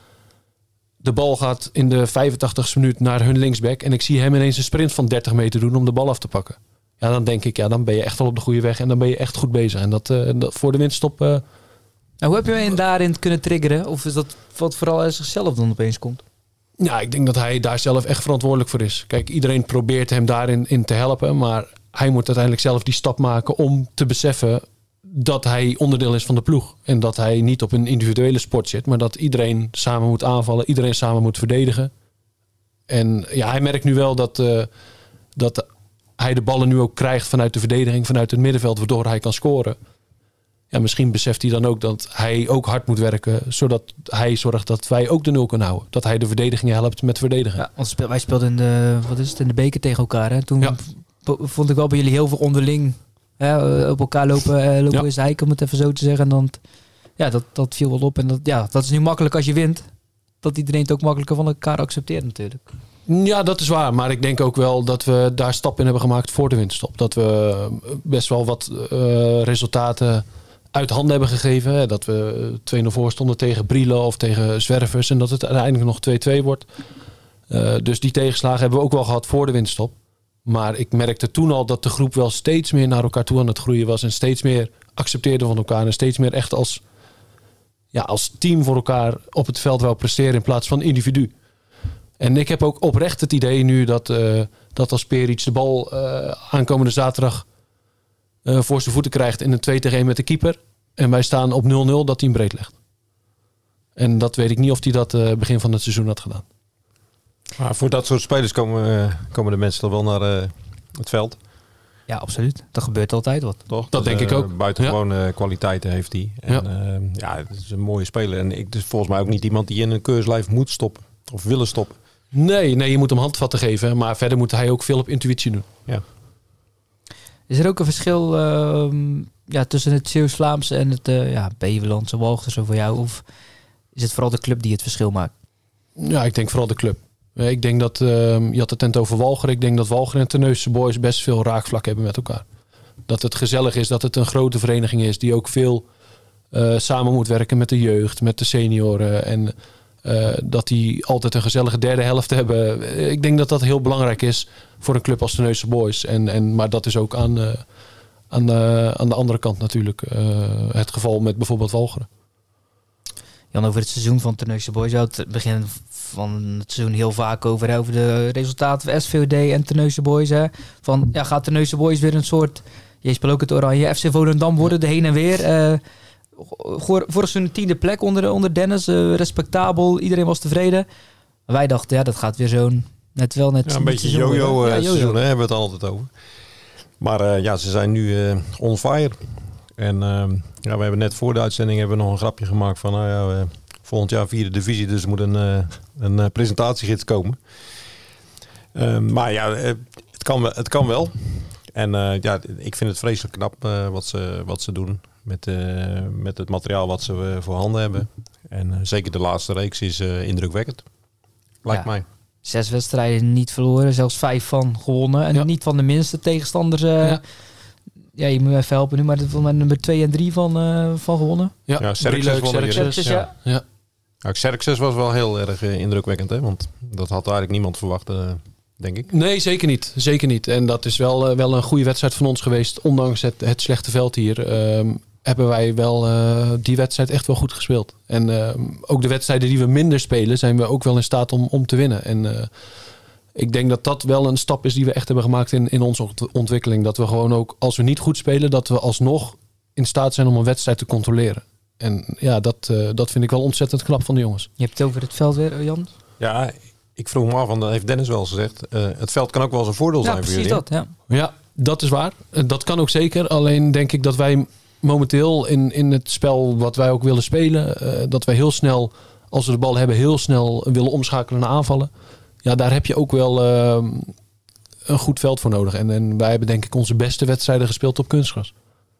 [SPEAKER 2] De bal gaat in de vijfentachtigste minuut naar hun linksback. En ik zie hem ineens een sprint van dertig meter doen om de bal af te pakken. Ja, dan denk ik, ja, dan ben je echt wel op de goede weg. En dan ben je echt goed bezig. En dat, uh, dat voor de winststop... Uh...
[SPEAKER 3] Nou, hoe heb je hem daarin kunnen triggeren? Of is dat wat vooral uit zichzelf dan opeens komt?
[SPEAKER 2] Ja, ik denk dat hij daar zelf echt verantwoordelijk voor is. Kijk, iedereen probeert hem daarin in te helpen. Maar hij moet uiteindelijk zelf die stap maken om te beseffen dat hij onderdeel is van de ploeg. En dat hij niet op een individuele sport zit. Maar dat iedereen samen moet aanvallen. Iedereen samen moet verdedigen. En ja, hij merkt nu wel dat, uh, dat hij de ballen nu ook krijgt vanuit de verdediging. Vanuit het middenveld, waardoor hij kan scoren. Ja, misschien beseft hij dan ook dat hij ook hard moet werken. Zodat hij zorgt dat wij ook de nul kunnen houden. Dat hij de verdediging helpt met verdedigen.
[SPEAKER 3] Ja, want wij speelden in de, wat is het, in de beker tegen elkaar. Hè? Toen ja. vond ik wel bij jullie heel veel onderling hè, op elkaar lopen, uh, lopen ja. zeiken, om het even zo te zeggen. En dan, ja, dat, dat viel wel op. En dat, ja, dat is nu makkelijk als je wint. Dat iedereen het ook makkelijker van elkaar accepteert natuurlijk.
[SPEAKER 2] Ja, dat is waar. Maar ik denk ook wel dat we daar stap in hebben gemaakt voor de winterstop. Dat we best wel wat uh, resultaten uit handen hebben gegeven. Dat we twee nul voor stonden tegen Brielen of tegen Zwervers. En dat het uiteindelijk nog twee twee wordt. Uh, dus die tegenslagen hebben we ook wel gehad voor de winterstop. Maar ik merkte toen al dat de groep wel steeds meer naar elkaar toe aan het groeien was. En steeds meer accepteerde van elkaar. En steeds meer echt als, ja, als team voor elkaar op het veld wou presteren in plaats van individu. En ik heb ook oprecht het idee nu dat, uh, dat als Peric de bal uh, aankomende zaterdag uh, voor zijn voeten krijgt in een twee tegen één met de keeper. En wij staan op nul nul, dat hij hem breed legt. En dat weet ik niet of hij dat uh, begin van het seizoen had gedaan.
[SPEAKER 4] Maar voor dat soort spelers komen, uh, komen de mensen toch wel naar uh, het veld.
[SPEAKER 3] Ja, absoluut. Er gebeurt altijd wat.
[SPEAKER 4] Toch?
[SPEAKER 2] Dat, dat denk
[SPEAKER 4] uh,
[SPEAKER 2] ik ook.
[SPEAKER 4] Buitengewone
[SPEAKER 2] ja.
[SPEAKER 4] kwaliteiten heeft hij. En
[SPEAKER 2] ja,
[SPEAKER 4] uh, ja, het is een mooie speler. En ik dus volgens mij ook niet iemand die in een keurslijf moet stoppen. Of willen stoppen.
[SPEAKER 2] Nee, nee, je moet hem handvatten geven. Maar verder moet hij ook veel op intuïtie doen.
[SPEAKER 4] Ja.
[SPEAKER 3] Is er ook een verschil uh, ja, tussen het Zeeuws-Vlaamse en het uh, ja, Bevelandse, Walcheren zo voor jou? Of is het vooral de club die het verschil maakt?
[SPEAKER 2] Ja, ik denk vooral de club. Ik denk dat, uh, je had het net over Walcheren. Ik denk dat Walcheren en Terneuzense Boys best veel raakvlak hebben met elkaar. Dat het gezellig is, dat het een grote vereniging is die ook veel uh, samen moet werken met de jeugd, met de senioren. En uh, dat die altijd een gezellige derde helft hebben. Ik denk dat dat heel belangrijk is voor een club als Terneuzense Boys. En, en, maar dat is ook aan, uh, aan, uh, aan de andere kant natuurlijk uh, het geval met bijvoorbeeld Walcheren.
[SPEAKER 3] Jan, over het seizoen van Terneuzense Boys. We hadden het begin van het seizoen heel vaak over, hè, over de resultaten van S V O D en Terneuzense Boys. Hè. Van, ja, gaat Terneuzense Boys weer een soort, je speelt ook het Oranje, F C Volendam worden, de heen en weer. Uh, vorig seizoen een tiende plek onder, onder Dennis, uh, respectabel, iedereen was tevreden. Maar wij dachten, ja, dat gaat weer zo'n, net wel net...
[SPEAKER 4] Ja, een beetje yo-yo uh, ja, seizoen, hè, hebben we het altijd over. Maar uh, ja, ze zijn nu uh, on fire. En uh, ja, we hebben net voor de uitzending hebben we nog een grapje gemaakt van, nou ja, uh, volgend jaar vierde divisie, dus er moet een, uh, een uh, presentatiegids komen. Uh, maar ja, uh, het kan, het kan wel. En uh, ja, ik vind het vreselijk knap uh, wat, ze, wat ze doen met, uh, met het materiaal wat ze uh, voorhanden hebben. En uh, zeker de laatste reeks is uh, indrukwekkend. Lijkt ja. mij.
[SPEAKER 3] Zes wedstrijden niet verloren, zelfs vijf van gewonnen. En ja. niet van de minste tegenstanders. Uh, ja. ja, je moet me even helpen nu, maar volgens mij nummer twee en drie van, uh, van gewonnen.
[SPEAKER 4] Ja, ja Xerxes
[SPEAKER 3] Xerxes, ja.
[SPEAKER 4] ja. ja. Xerxes was wel heel erg uh, indrukwekkend, hè? Want dat had eigenlijk niemand verwacht, uh, denk ik.
[SPEAKER 2] Nee, zeker niet. Zeker niet. En dat is wel, uh, wel een goede wedstrijd van ons geweest. Ondanks het, het slechte veld hier, uh, hebben wij wel uh, die wedstrijd echt wel goed gespeeld. En uh, ook de wedstrijden die we minder spelen, zijn we ook wel in staat om, om te winnen. En uh, ik denk dat dat wel een stap is die we echt hebben gemaakt in, in onze ontwikkeling. Dat we gewoon ook, als we niet goed spelen, dat we alsnog in staat zijn om een wedstrijd te controleren. En ja, dat, uh, dat vind ik wel ontzettend knap van de jongens.
[SPEAKER 3] Je hebt het over het veld weer, Jan?
[SPEAKER 4] Ja, ik vroeg me af, want dat heeft Dennis wel eens gezegd. Uh, het veld kan ook wel eens een voordeel zijn
[SPEAKER 3] ja,
[SPEAKER 4] voor jullie.
[SPEAKER 3] Ja, precies dat. Ja.
[SPEAKER 2] ja, dat is waar. Dat kan ook zeker. Alleen denk ik dat wij momenteel in, in het spel wat wij ook willen spelen, uh, dat wij heel snel, als we de bal hebben, heel snel willen omschakelen naar aanvallen. Ja, daar heb je ook wel uh, een goed veld voor nodig. En, en wij hebben denk ik onze beste wedstrijden gespeeld op kunstgras.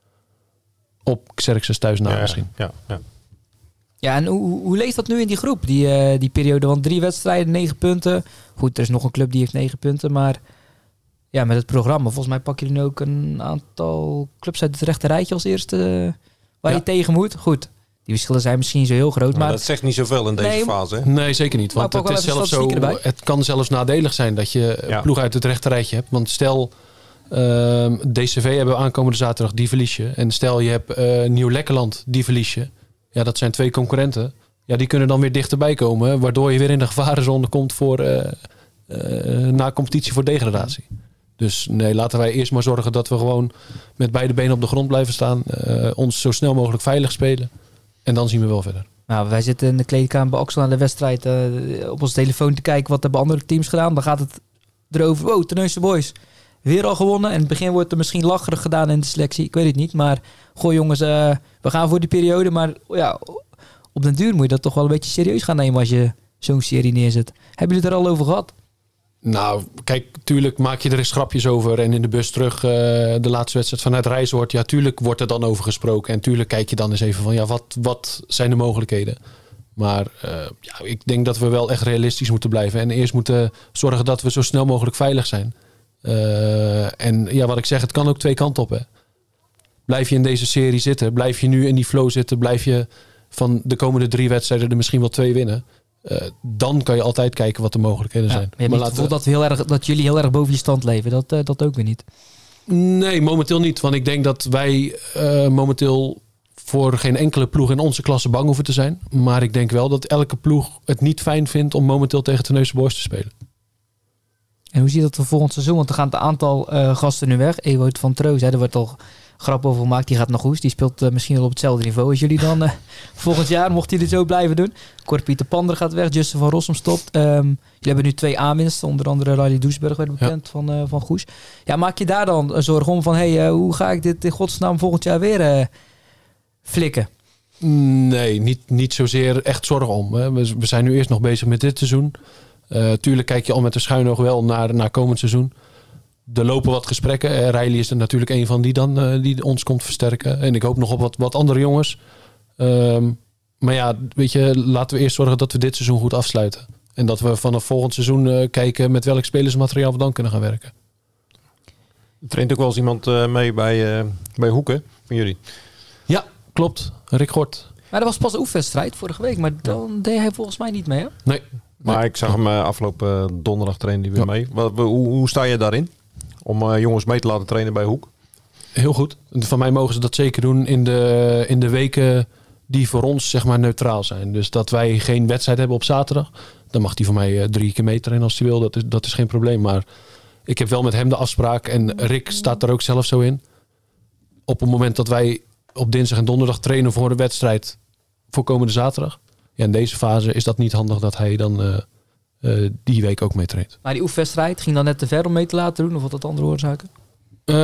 [SPEAKER 2] Op Xerxes thuis na
[SPEAKER 4] ja,
[SPEAKER 2] misschien.
[SPEAKER 4] Ja, ja.
[SPEAKER 3] Ja, en hoe, hoe leeft dat nu in die groep, die, uh, die periode? Want drie wedstrijden, negen punten. Goed, er is nog een club die heeft negen punten, maar ja, met het programma. Volgens mij pak je nu ook een aantal clubs uit het rechte rijtje als eerste uh, waar
[SPEAKER 2] ja.
[SPEAKER 3] je tegen moet. Goed, die verschillen zijn misschien niet zo heel groot. Maar,
[SPEAKER 4] maar dat zegt niet zoveel in deze
[SPEAKER 3] nee,
[SPEAKER 4] fase. Hè?
[SPEAKER 2] Nee, zeker niet. Want het, is zelfs zo, het kan zelfs nadelig zijn dat je ja. ploeg uit het rechte rijtje hebt. Want stel, uh, D C V hebben we aankomende zaterdag, die verlies je. En stel je hebt uh, Nieuw-Lekkerland, die verlies je. Ja, dat zijn twee concurrenten. Ja, die kunnen dan weer dichterbij komen. Waardoor je weer in de gevarenzone komt voor uh, uh, na competitie voor degradatie. Dus nee, laten wij eerst maar zorgen dat we gewoon met beide benen op de grond blijven staan. Uh, ons zo snel mogelijk veilig spelen. En dan zien we wel verder.
[SPEAKER 3] Nou, wij zitten in de kleedkamer bij Axel aan de wedstrijd uh, op onze telefoon te kijken wat hebben andere teams gedaan. Dan gaat het erover, wow, Terneuzen Boys, weer al gewonnen. En in het begin wordt er misschien lacherig gedaan in de selectie. Ik weet het niet, maar goh jongens, uh, we gaan voor die periode. Maar ja, op den duur moet je dat toch wel een beetje serieus gaan nemen als je zo'n serie neerzet. Hebben jullie het er al over gehad?
[SPEAKER 2] Nou, kijk, tuurlijk maak je er eens grapjes over. En in de bus terug uh, de laatste wedstrijd vanuit Rijswoord. Ja, tuurlijk wordt er dan over gesproken. En tuurlijk kijk je dan eens even van, ja, wat, wat zijn de mogelijkheden? Maar uh, ja, ik denk dat we wel echt realistisch moeten blijven. En eerst moeten zorgen dat we zo snel mogelijk veilig zijn. Uh, en ja, wat ik zeg, het kan ook twee kanten op. Hè. Blijf je in deze serie zitten, blijf je nu in die flow zitten, blijf je van de komende drie wedstrijden er misschien wel twee winnen. Uh, dan kan je altijd kijken wat de mogelijkheden
[SPEAKER 3] ja,
[SPEAKER 2] zijn.
[SPEAKER 3] Maar je hebt maar het gevoel dat, we heel erg, dat jullie heel erg boven je stand leven. Dat, uh, dat ook weer niet.
[SPEAKER 2] Nee, momenteel niet. Want ik denk dat wij uh, momenteel voor geen enkele ploeg in onze klasse bang hoeven te zijn. Maar ik denk wel dat elke ploeg het niet fijn vindt om momenteel tegen Terneuzen Boys te spelen.
[SPEAKER 3] En hoe zie je dat voor volgend seizoen? Want er gaan een aantal uh, gasten nu weg. Ewout van Treus, hè, er wordt al grap over gemaakt. Die gaat nog goed. Die speelt uh, misschien wel op hetzelfde niveau als jullie dan uh, volgend jaar. Mocht hij dit zo blijven doen. Cor Pieter Pander gaat weg. Justin van Rossum stopt. Um, jullie hebben nu twee aanwinsten. Onder andere Riley Doesburg werd bekend ja. van, uh, van Goes. Ja, maak je daar dan een zorg om van... Hey, uh, hoe ga ik dit in godsnaam volgend jaar weer uh, flikken?
[SPEAKER 2] Nee, niet, niet zozeer echt zorg om. Hè. We, we zijn nu eerst nog bezig met dit seizoen. Uh, tuurlijk kijk je al met de schuin oog wel naar, naar komend seizoen. Er lopen wat gesprekken. Uh, Riley is er natuurlijk een van die dan uh, die ons komt versterken. En ik hoop nog op wat, wat andere jongens. Um, maar ja, weet je, laten we eerst zorgen dat we dit seizoen goed afsluiten. En dat we vanaf volgend seizoen uh, kijken met welk spelersmateriaal we dan kunnen gaan werken.
[SPEAKER 4] Er traint ook wel eens iemand uh, mee bij, uh, bij Hoeken van jullie.
[SPEAKER 2] Ja, klopt. Rick Gort.
[SPEAKER 3] Maar dat was pas een oefenwedstrijd vorige week. Maar dan ja. deed hij volgens mij niet mee, hè?
[SPEAKER 2] Nee.
[SPEAKER 4] Maar
[SPEAKER 2] nee.
[SPEAKER 4] ik zag hem uh, afgelopen donderdag trainen die weer ja. mee. Wat, hoe, hoe sta je daarin? Om uh, jongens mee te laten trainen bij Hoek?
[SPEAKER 2] Heel goed. Van mij mogen ze dat zeker doen in de, in de weken die voor ons zeg maar neutraal zijn. Dus dat wij geen wedstrijd hebben op zaterdag. Dan mag hij voor mij uh, drie keer mee trainen als hij wil. Dat is, dat is geen probleem. Maar ik heb wel met hem de afspraak. En Rick staat er ook zelf zo in. Op het moment dat wij op dinsdag en donderdag trainen voor de wedstrijd voor komende zaterdag. Ja, in deze fase is dat niet handig dat hij dan uh, uh, die week ook mee traint.
[SPEAKER 3] Maar die oefenwedstrijd ging dan net te ver om mee te laten doen? Of wat dat andere oorzaken?
[SPEAKER 2] Uh,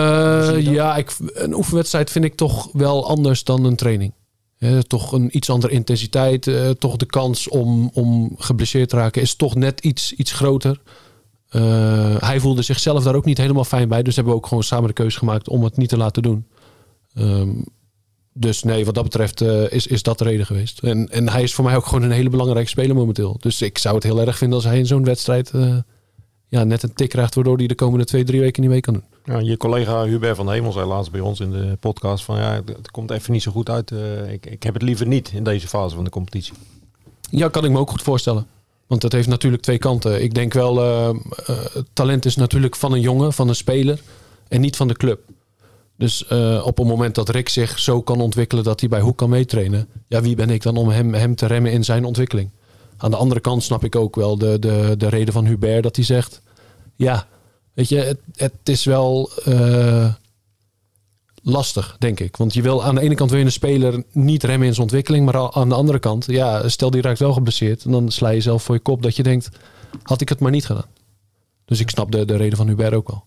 [SPEAKER 2] ja, ik, een oefenwedstrijd vind ik toch wel anders dan een training. Ja, toch een iets andere intensiteit. Uh, toch de kans om, om geblesseerd te raken is toch net iets, iets groter. Uh, hij voelde zichzelf daar ook niet helemaal fijn bij. Dus hebben we ook gewoon samen de keuze gemaakt om het niet te laten doen. Um, Dus nee, wat dat betreft uh, is, is dat de reden geweest. En, en hij is voor mij ook gewoon een hele belangrijke speler momenteel. Dus ik zou het heel erg vinden als hij in zo'n wedstrijd uh, ja, net een tik krijgt... waardoor hij de komende twee, drie weken niet mee kan doen.
[SPEAKER 4] Ja, je collega Hubert van Hemel zei laatst bij ons in de podcast van... ja, het komt even niet zo goed uit. Uh, ik, ik heb het liever niet in deze fase van de competitie.
[SPEAKER 2] Ja, kan ik me ook goed voorstellen. Want het heeft natuurlijk twee kanten. Ik denk wel, uh, uh, talent is natuurlijk van een jongen, van een speler... en niet van de club. Dus uh, op het moment dat Rick zich zo kan ontwikkelen dat hij bij Hoek kan meetrainen... ja, wie ben ik dan om hem, hem te remmen in zijn ontwikkeling? Aan de andere kant snap ik ook wel de, de, de reden van Hubert dat hij zegt... ja, weet je, het, het is wel uh, lastig, denk ik. Want je wil aan de ene kant wil je een speler niet remmen in zijn ontwikkeling... maar aan de andere kant, ja, stel die raakt wel geblesseerd... en dan sla je zelf voor je kop dat je denkt, had ik het maar niet gedaan. Dus ik snap de, de reden van Hubert ook wel.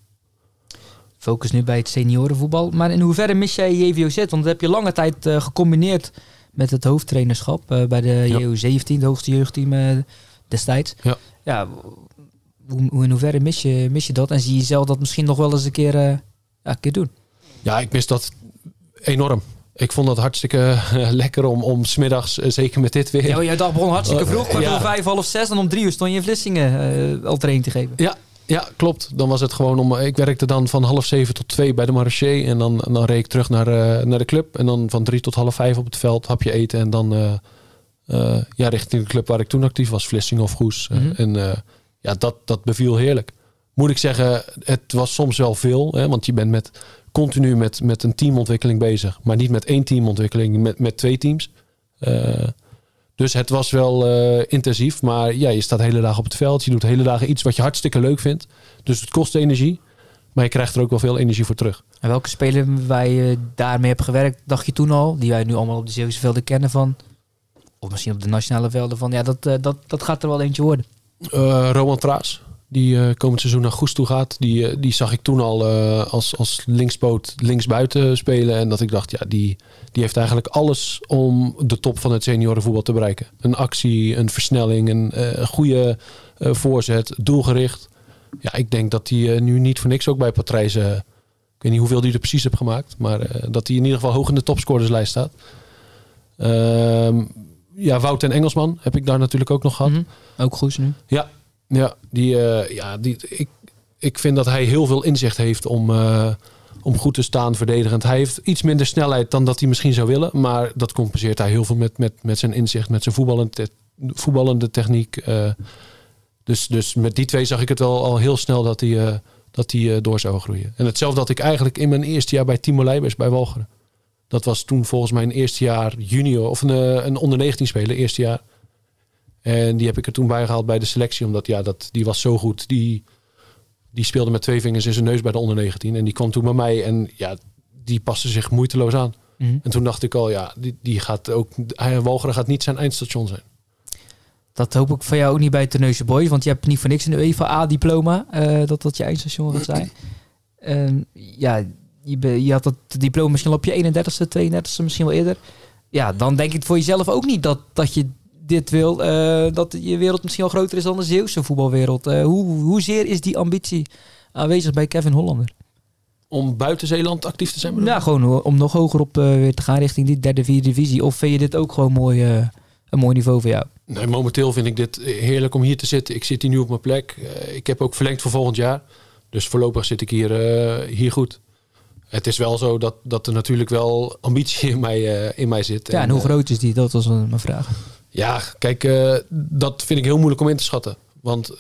[SPEAKER 3] Focus nu bij het seniorenvoetbal. Maar in hoeverre mis jij J V O Z? Want dat heb je lange tijd uh, gecombineerd met het hoofdtrainerschap uh, bij de ja. J O zeventien, het hoogste jeugdteam uh, destijds. Ja. ja hoe, hoe in hoeverre mis je, mis je dat? En zie je zelf dat misschien nog wel eens een keer, uh, ja, een keer doen?
[SPEAKER 2] Ja, ik mis dat enorm. Ik vond dat hartstikke uh, lekker om, om 's middags, uh, zeker met dit weer...
[SPEAKER 3] Ja, jouw dag begon hartstikke vroeg. Maar uh, ja. om vijf, half zes en om drie uur stond je in Vlissingen uh, al training te geven.
[SPEAKER 2] Ja. Ja, klopt. Dan was het gewoon om... Ik werkte dan van half zeven tot twee bij de Marché. En dan, dan reed ik terug naar, uh, naar de club. En dan van drie tot half vijf op het veld, hapje eten. En dan uh, uh, ja, richting de club waar ik toen actief was. Vlissingen of Goes. Mm-hmm. En uh, ja, dat, dat beviel heerlijk. Moet ik zeggen, het was soms wel veel. Hè, want je bent met, continu met, met een teamontwikkeling bezig. Maar niet met één teamontwikkeling, met, met twee teams. Uh, dus het was wel uh, intensief. Maar ja, je staat de hele dag op het veld. Je doet de hele dagen iets wat je hartstikke leuk vindt. Dus het kost energie. Maar je krijgt er ook wel veel energie voor terug.
[SPEAKER 3] En welke speler waar je daarmee hebt gewerkt, dacht je toen al? Die wij nu allemaal op de Zeeuwse velden kennen van... Of misschien op de nationale velden van... Ja, dat, uh, dat, dat gaat er wel eentje worden.
[SPEAKER 2] Uh, Roman Traas. Die uh, komend seizoen naar Goes toe gaat. Die, uh, die zag ik toen al uh, als, als linkspoot linksbuiten spelen. En dat ik dacht, ja, die, die heeft eigenlijk alles om de top van het seniorenvoetbal te bereiken. Een actie, een versnelling, een uh, goede uh, voorzet, doelgericht. Ja, ik denk dat hij uh, nu niet voor niks ook bij Patrijs... Uh, ik weet niet hoeveel hij er precies heeft gemaakt. Maar uh, dat hij in ieder geval hoog in de topscorerslijst staat. Uh, ja, Wout en Engelsman heb ik daar natuurlijk ook nog gehad.
[SPEAKER 3] Mm-hmm. Ook Goes nu.
[SPEAKER 2] Ja. Ja, die, uh, ja die, ik, ik vind dat hij heel veel inzicht heeft om, uh, om goed te staan, verdedigend. Hij heeft iets minder snelheid dan dat hij misschien zou willen. Maar dat compenseert hij heel veel met, met, met zijn inzicht, met zijn voetballende, te, voetballende techniek. Uh, dus, dus met die twee zag ik het wel al heel snel dat hij, uh, dat hij uh, door zou groeien. En hetzelfde had ik eigenlijk in mijn eerste jaar bij Timo Leijbers bij Walcheren. Dat was toen volgens mij een eerste jaar junior of een, een onder negentien speler, eerste jaar. En die heb ik er toen bij gehaald bij de selectie. Omdat ja, dat, die was zo goed. Die, die speelde met twee vingers in zijn neus bij de onder negentien. En die kwam toen bij mij. En ja, die paste zich moeiteloos aan. Mm-hmm. En toen dacht ik al, ja, die, die gaat ook... Walcheren gaat niet zijn eindstation zijn.
[SPEAKER 3] Dat hoop ik van jou ook niet bij Terneuzen Boys. Want je hebt niet voor niks een UEFA A-diploma. Uh, dat dat je eindstation gaat zijn. Uh, ja, je, be, je had dat diploma misschien op je eenendertigste, tweeëndertigste, misschien wel eerder. Ja, dan denk ik voor jezelf ook niet dat, dat je... dit wil, uh, dat je wereld misschien al groter is dan de Zeeuwse voetbalwereld. Uh, hoe, hoezeer is die ambitie aanwezig bij Kevin Hollander?
[SPEAKER 2] Om buiten Zeeland actief te zijn?
[SPEAKER 3] Ja, nou, gewoon om nog hoger op uh, weer te gaan richting die derde, vierde divisie. Of vind je dit ook gewoon mooi, uh, een mooi niveau voor jou?
[SPEAKER 2] Nee, momenteel vind ik dit heerlijk om hier te zitten. Ik zit hier nu op mijn plek. Uh, ik heb ook verlengd voor volgend jaar. Dus voorlopig zit ik hier, uh, hier goed. Het is wel zo dat, dat er natuurlijk wel ambitie in mij, uh, in mij zit.
[SPEAKER 3] Ja, en, en hoe uh, groot is die? Dat was mijn vraag.
[SPEAKER 2] Ja, kijk, uh, dat vind ik heel moeilijk om in te schatten. Want uh,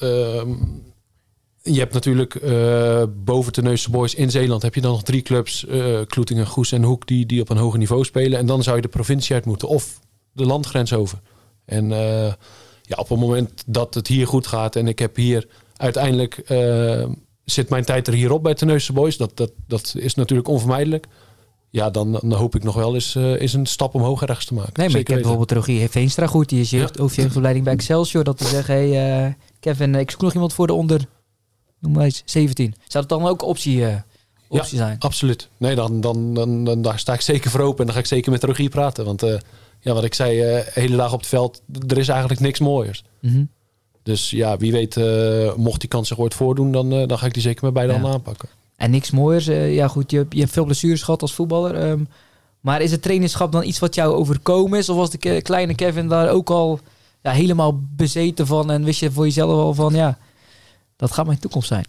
[SPEAKER 2] je hebt natuurlijk uh, boven Terneuzen Boys in Zeeland heb je dan nog drie clubs, uh, Kloetingen, Goes en Hoek, die, die op een hoger niveau spelen. En dan zou je de provincie uit moeten of de landgrens over. En uh, ja, op het moment dat het hier goed gaat en ik heb hier uiteindelijk uh, zit mijn tijd er hierop bij Terneuzen Boys. Dat, dat, dat is natuurlijk onvermijdelijk. Ja, dan, dan hoop ik nog wel eens uh, is een stap omhoog ergens te maken.
[SPEAKER 3] Nee, maar Zeker ik heb bijvoorbeeld Rogier Veenstra goed. Die is jeugd, ja. jeugdopleiding bij Excelsior. Dat te zeggen, hey, uh, Kevin, ik zoek nog iemand voor de onder noem maar eens, zeventien. Zou dat dan ook optie, uh, optie
[SPEAKER 2] ja,
[SPEAKER 3] zijn?
[SPEAKER 2] Absoluut. Nee, dan, dan, dan, dan daar sta ik zeker voor open. En dan ga ik zeker met Rogier praten. Want uh, ja, wat ik zei, uh, hele dag op het veld, er is eigenlijk niks mooiers. Mm-hmm. Dus ja, wie weet, uh, mocht die kans zich ooit voordoen, dan, uh, dan ga ik die zeker met beide handen ja. aanpakken.
[SPEAKER 3] En niks mooiers. Uh, ja goed, je, je hebt veel blessures gehad als voetballer. Um, maar is het trainerschap dan iets wat jou overkomen is? Of was de ke- kleine Kevin daar ook al ja, helemaal bezeten van? En wist je voor jezelf al van, ja, dat gaat mijn toekomst zijn?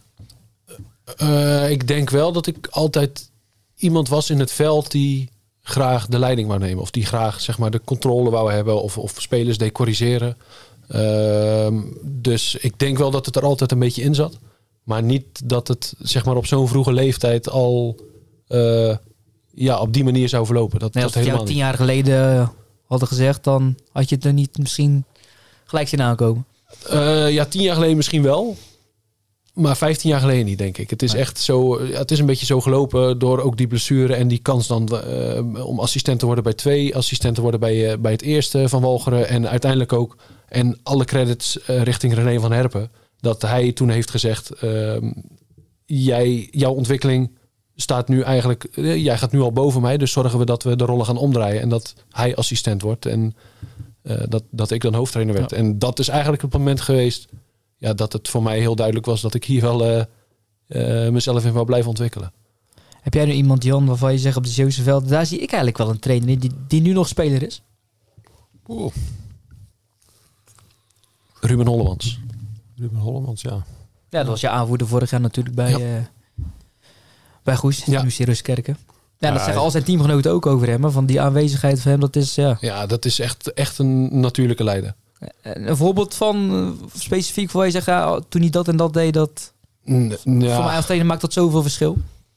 [SPEAKER 2] Uh, ik denk wel dat ik altijd iemand was in het veld die graag de leiding wou nemen. Of die graag zeg maar, de controle wou hebben. Of, of spelers deed corrigeren. Uh, dus ik denk wel dat het er altijd een beetje in zat. Maar niet dat het zeg maar op zo'n vroege leeftijd al uh, ja, op die manier zou verlopen. Dat,
[SPEAKER 3] nee,
[SPEAKER 2] dat
[SPEAKER 3] als we jou tien jaar geleden hadden gezegd, dan had je het er niet misschien gelijk zien aankomen.
[SPEAKER 2] Uh, ja, tien jaar geleden misschien wel. Maar vijftien jaar geleden niet, denk ik. Het is nee. echt zo. Het is een beetje zo gelopen door ook die blessure en die kans dan uh, om assistent te worden bij twee, assistent te worden bij, uh, bij het eerste van Walcheren en uiteindelijk ook. En alle credits uh, richting René van Herpen. Dat hij toen heeft gezegd, uh, jij, jouw ontwikkeling staat nu eigenlijk, uh, jij gaat nu al boven mij, dus zorgen we dat we de rollen gaan omdraaien en dat hij assistent wordt en uh, dat, dat ik dan hoofdtrainer werd. Ja. En dat is eigenlijk het moment geweest, ja, dat het voor mij heel duidelijk was dat ik hier wel uh, uh, mezelf in wil blijven ontwikkelen.
[SPEAKER 3] Heb jij nu iemand, Jan, waarvan je zegt op de Zeeuwse velden, daar zie ik eigenlijk wel een trainer die, die nu nog speler is?
[SPEAKER 2] Oeh. Ruben Hollemans.
[SPEAKER 4] Ruben Hollemans, ja.
[SPEAKER 3] Ja, dat was je aanvoerder vorig jaar natuurlijk bij,
[SPEAKER 2] Ja.
[SPEAKER 3] uh, bij Goes,
[SPEAKER 2] Ja.
[SPEAKER 3] nu Siruskerken. Ja,
[SPEAKER 4] Ja,
[SPEAKER 3] dat zeggen
[SPEAKER 4] hij-
[SPEAKER 3] al zijn teamgenoten ook over hem. hè, Van die aanwezigheid van hem, dat is ja.
[SPEAKER 2] Ja, dat is echt, echt een natuurlijke leider.
[SPEAKER 3] Een voorbeeld van uh, specifiek waar je zegt, ja, toen hij dat en dat deed, dat
[SPEAKER 2] N-
[SPEAKER 3] voor mij
[SPEAKER 2] Ja,
[SPEAKER 3] als trainer maakt dat zoveel verschil.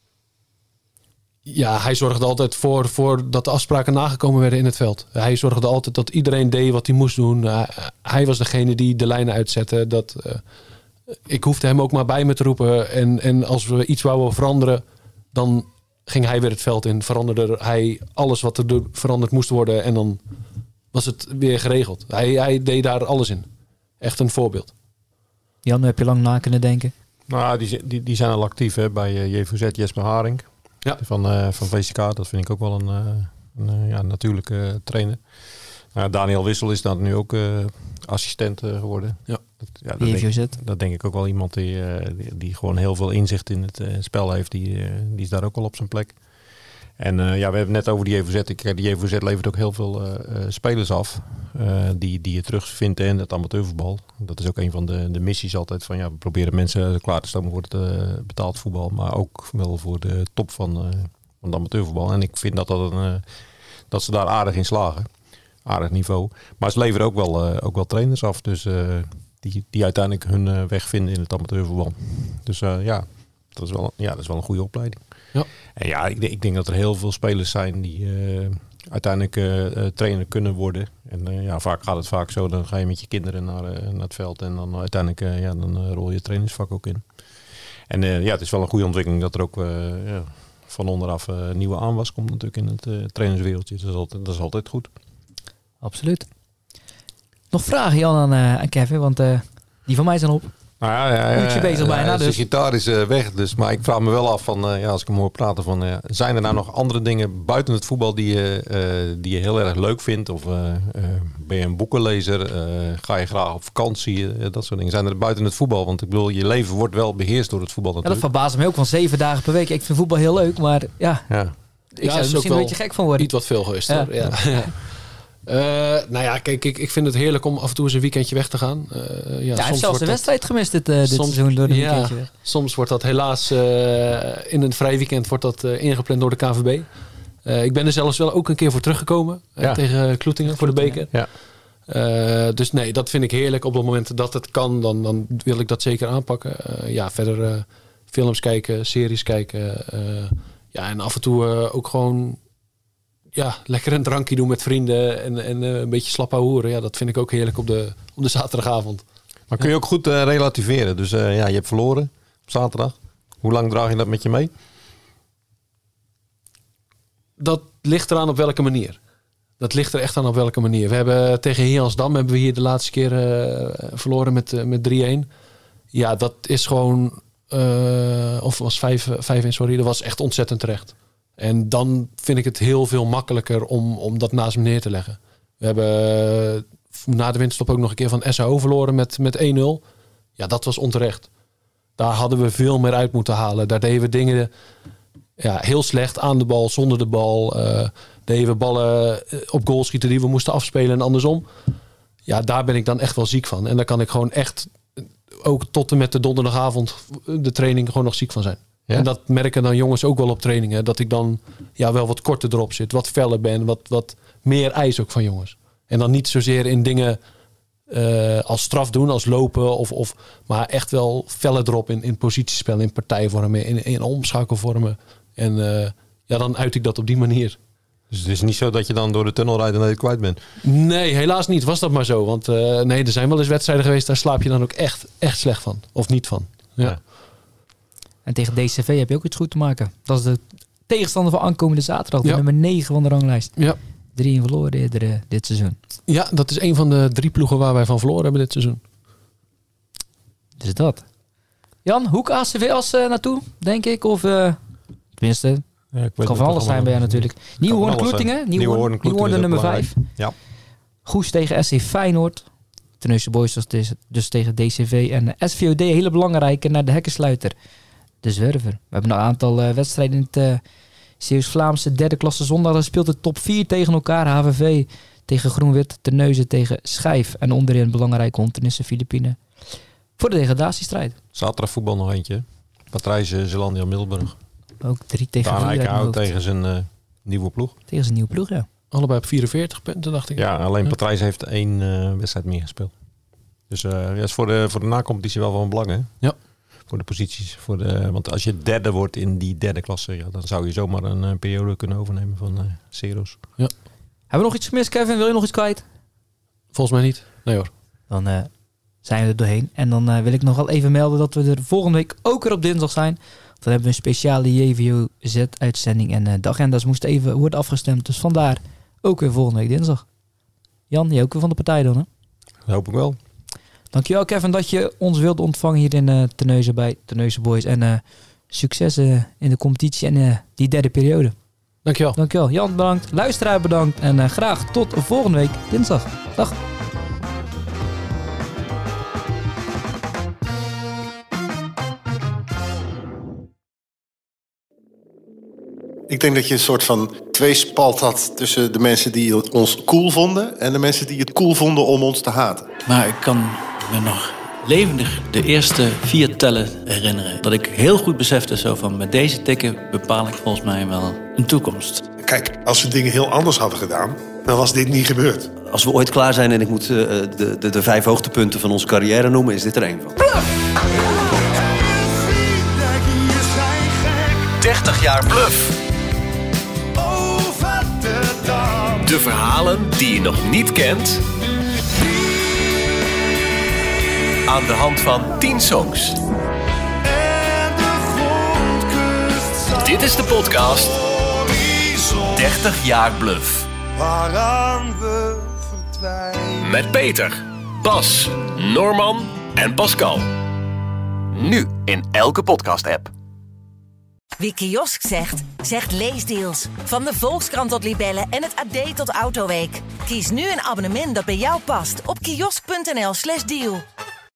[SPEAKER 2] ja, hij zorgde altijd voor, voor dat de afspraken nagekomen werden in het veld. Hij zorgde altijd dat iedereen deed wat hij moest doen. Hij, hij was degene die de lijnen uitzette. Dat, uh, ik hoefde hem ook maar bij me te roepen. En, en als we iets wouden veranderen, dan ging hij weer het veld in. Veranderde hij alles wat er do- veranderd moest worden. En dan was het weer geregeld. Hij, hij deed daar alles in. Echt een voorbeeld.
[SPEAKER 3] Jan, daar heb je lang na kunnen denken.
[SPEAKER 4] Nou, die, die, die zijn al actief hè, bij uh, J V Z Jesper Haring.
[SPEAKER 2] Ja.
[SPEAKER 4] Van, uh, van V C K. Dat vind ik ook wel een, uh, een uh, ja, natuurlijke uh, trainer. Nou, Daniel Wissel is dan nu ook uh, assistent uh, geworden.
[SPEAKER 2] Ja.
[SPEAKER 4] Dat, ja, dat,
[SPEAKER 3] J V Z.
[SPEAKER 4] denk, dat denk ik ook wel iemand die, uh, die, die gewoon heel veel inzicht in het uh, spel heeft. Die, uh, die is daar ook wel op zijn plek. En uh, ja, we hebben het net over de J V Z. Ik, de J V Z levert ook heel veel uh, uh, spelers af uh, die, die je terugvindt in het amateurvoetbal. Dat is ook een van de, de missies altijd van ja, we proberen mensen klaar te stomen voor het uh, betaald voetbal, maar ook wel voor de top van, uh, van het amateurvoetbal. En ik vind dat, dat, een, uh, dat ze daar aardig in slagen. Aardig niveau. Maar ze leveren ook wel, uh, ook wel trainers af, dus uh, die, die uiteindelijk hun uh, weg vinden in het amateurvoetbal. Dus uh, ja, dat is wel, ja, dat is wel een goede opleiding.
[SPEAKER 2] Ja.
[SPEAKER 4] En ja, ik, ik denk dat er heel veel spelers zijn die uh, uiteindelijk uh, uh, trainer kunnen worden. En uh, ja, vaak gaat het vaak zo. Dan ga je met je kinderen naar, uh, naar het veld en dan uiteindelijk uh, ja, dan uh, rol je het trainingsvak ook in. En uh, ja, het is wel een goede ontwikkeling dat er ook uh, ja, van onderaf uh, nieuwe aanwas komt natuurlijk in het uh, trainerswereldje. Dat is altijd, dat is altijd goed.
[SPEAKER 3] Absoluut. Nog vragen, Jan, aan, uh, aan Kevin, want uh, die van mij zijn op.
[SPEAKER 4] Nou ja, ja, ja,
[SPEAKER 3] Uurtje bezig bijna,
[SPEAKER 4] ja,
[SPEAKER 3] dus.
[SPEAKER 4] de gitaar is uh, weg, dus, maar ik vraag me wel af van, uh, ja, als ik hem hoor praten van, uh, zijn er nou nog andere dingen buiten het voetbal die je, uh, die je heel erg leuk vindt? Of uh, uh, ben je een boekenlezer? Uh, ga je graag op vakantie? Uh, dat soort dingen. Zijn er buiten het voetbal? Want ik bedoel, je leven wordt wel beheerst door het voetbal
[SPEAKER 3] Ja, dat
[SPEAKER 4] natuurlijk.
[SPEAKER 3] verbaast me ook van zeven dagen per week. Ik vind voetbal heel leuk, maar ja,
[SPEAKER 4] Ja.
[SPEAKER 3] ik
[SPEAKER 2] Ja,
[SPEAKER 3] zou
[SPEAKER 2] is
[SPEAKER 3] er
[SPEAKER 2] ook
[SPEAKER 3] misschien
[SPEAKER 2] wel
[SPEAKER 3] een beetje gek van worden.
[SPEAKER 2] Iets wat veel geweest.
[SPEAKER 3] Ja.
[SPEAKER 2] Hoor. Ja. Ja. Uh, nou ja, kijk, ik, ik vind het heerlijk om af en toe eens een weekendje weg te gaan. Uh, ja,
[SPEAKER 3] Ja, hij heeft
[SPEAKER 2] soms
[SPEAKER 3] zelfs
[SPEAKER 2] wordt
[SPEAKER 3] de
[SPEAKER 2] dat-
[SPEAKER 3] wedstrijd gemist dit, uh, dit
[SPEAKER 2] Soms-
[SPEAKER 3] seizoen door de
[SPEAKER 2] ja.
[SPEAKER 3] weekendje weg.
[SPEAKER 2] Soms wordt dat helaas uh, in een vrij weekend wordt dat uh, ingepland door de K V B. Uh, ik ben er zelfs wel ook een keer voor teruggekomen uh,
[SPEAKER 4] Ja.
[SPEAKER 2] tegen Kloetingen voor de beker.
[SPEAKER 4] Ja.
[SPEAKER 2] Uh, dus nee, dat vind ik heerlijk. Op het moment dat het kan, dan, dan wil ik dat zeker aanpakken. Uh, ja, verder uh, films kijken, series kijken. Uh, ja, en af en toe uh, ook gewoon ja, lekker een drankje doen met vrienden en, en uh, een beetje slap hoeren. Ja, dat vind ik ook heerlijk op de, op de zaterdagavond.
[SPEAKER 4] Maar kun je ook goed uh, relativeren? Dus uh, ja, je hebt verloren op zaterdag. Hoe lang draag je dat met je mee?
[SPEAKER 2] Dat ligt eraan op welke manier. Dat ligt er echt aan op welke manier. We hebben tegen Hiansdam hebben we hier de laatste keer uh, verloren met, uh, met drie-een. Ja, dat is gewoon... Uh, of was vijf-een, sorry. Dat was echt ontzettend terecht. En dan vind ik het heel veel makkelijker om, om dat naast me neer te leggen. We hebben uh, na de winterstop ook nog een keer van S H O verloren met, met één nul. Ja, dat was onterecht. Daar hadden we veel meer uit moeten halen. Daar deden we dingen ja, heel slecht aan de bal, zonder de bal. Uh, deden we ballen op goal schieten die we moesten afspelen en andersom. Ja, daar ben ik dan echt wel ziek van. En daar kan ik gewoon echt ook tot en met de donderdagavond de training gewoon nog ziek van zijn. Ja? En dat merken dan jongens ook wel op trainingen. Dat ik dan ja, wel wat korter erop zit. Wat feller ben. Wat, wat meer eis ook van jongens. En dan niet zozeer in dingen uh, als straf doen. Als lopen. Of, of, maar echt wel feller erop in, in positiespel. In partijvormen. In, in omschakelvormen. En uh, ja, dan uit ik dat op die manier.
[SPEAKER 4] Dus het is niet zo dat je dan door de tunnel rijdt en dat je kwijt bent?
[SPEAKER 2] Nee, helaas niet. Was dat maar zo. Want uh, nee, er zijn wel eens wedstrijden geweest. Daar slaap je dan ook echt, echt slecht van. Of niet van. Ja. Ja.
[SPEAKER 3] En tegen D C V heb je ook iets goed te maken. Dat is de tegenstander van aankomende zaterdag. De
[SPEAKER 2] ja.
[SPEAKER 3] nummer negen van de ranglijst.
[SPEAKER 2] Ja.
[SPEAKER 3] drie-een verloren eerder uh, dit seizoen.
[SPEAKER 2] Ja, dat is een van de drie ploegen waar wij van verloren hebben dit seizoen.
[SPEAKER 3] Dus dat. Jan, Hoek A C V als uh, naartoe, denk ik. Of uh, tenminste,
[SPEAKER 4] ja, ik
[SPEAKER 3] het kan van alles zijn bij jou natuurlijk. Nieuwhoorn Kloetingen. Nieuwhoorn de nummer vijf.
[SPEAKER 4] Ja.
[SPEAKER 3] Goes tegen S C Feyenoord. Terneuzen Boys was dus, dus tegen D C V. En S V O D, hele belangrijke, naar de hekkensluiter. De Zwerver. We hebben een aantal uh, wedstrijden in het uh, Zeeuws-Vlaamse derde klasse zondag. Dan speelt de top vier tegen elkaar. H V V tegen Groen-Wit. Terneuzen tegen Schijf. En onderin belangrijke Hontenisse Filipijnen. Voor de degradatiestrijd.
[SPEAKER 4] Zaterdag voetbal nog eentje. Patrijs Zeelandia Middelburg.
[SPEAKER 3] Ook drie tegen
[SPEAKER 4] Daan
[SPEAKER 3] vier. uit mijn
[SPEAKER 4] Eikenhout
[SPEAKER 3] hoofd.
[SPEAKER 4] tegen zijn uh, nieuwe ploeg.
[SPEAKER 3] Tegen zijn nieuwe ploeg, ja.
[SPEAKER 2] Allebei op vierenveertig punten, dacht ik.
[SPEAKER 4] Ja, alleen
[SPEAKER 2] Ja.
[SPEAKER 4] Patrijs heeft één uh, wedstrijd meer gespeeld. Dus uh, ja, is voor de, voor de nacompetitie wel van belang, hè?
[SPEAKER 2] Ja.
[SPEAKER 4] Voor de posities. Voor de, want als je derde wordt in die derde klasse, ja, dan zou je zomaar een uh, periode kunnen overnemen van uh, Ceros.
[SPEAKER 2] Ja.
[SPEAKER 3] Hebben we nog iets gemist, Kevin? Wil je nog iets kwijt?
[SPEAKER 2] Volgens mij niet. Nee hoor.
[SPEAKER 3] Dan uh, zijn we er doorheen. En dan uh, wil ik nog wel even melden dat we er volgende week ook weer op dinsdag zijn. Dan hebben we een speciale J V O Z-uitzending. En uh, de agenda's moesten even worden afgestemd. Dus vandaar ook weer volgende week dinsdag. Jan, jij ook weer van de partij dan, hè?
[SPEAKER 4] Dat hoop ik wel.
[SPEAKER 3] Dankjewel, Kevin, dat je ons wilde ontvangen hier in uh, Terneuzen bij Terneuzen Boys. En uh, succes uh, in de competitie en uh, die derde periode.
[SPEAKER 2] Dankjewel.
[SPEAKER 3] Dankjewel. Jan, bedankt. Luisteraar, bedankt. En uh, graag tot volgende week dinsdag. Dag.
[SPEAKER 5] Ik denk dat je een soort van tweespalt had tussen de mensen die ons cool vonden en de mensen die het cool vonden om ons te haten.
[SPEAKER 6] Maar ik kan me nog levendig de eerste vier tellen herinneren. Dat ik heel goed besefte zo van met deze tikken bepaal ik volgens mij wel een toekomst.
[SPEAKER 7] Kijk, als we dingen heel anders hadden gedaan, dan was dit niet gebeurd.
[SPEAKER 8] Als we ooit klaar zijn en ik moet uh, de, de, de vijf hoogtepunten van onze carrière noemen, is dit er één van.
[SPEAKER 9] dertig jaar Bluff. De verhalen die je nog niet kent. Aan de hand van tien songs. Dit is de podcast dertig jaar Bluff.
[SPEAKER 10] Waaraan we verdwijnen.
[SPEAKER 9] Met Peter, Bas, Norman en Pascal. Nu in elke podcast-app.
[SPEAKER 1] Wie kiosk zegt, zegt leesdeals. Van de Volkskrant tot Libellen en het A D tot Autoweek. Kies nu een abonnement dat bij jou past op kiosk punt n l slash deal.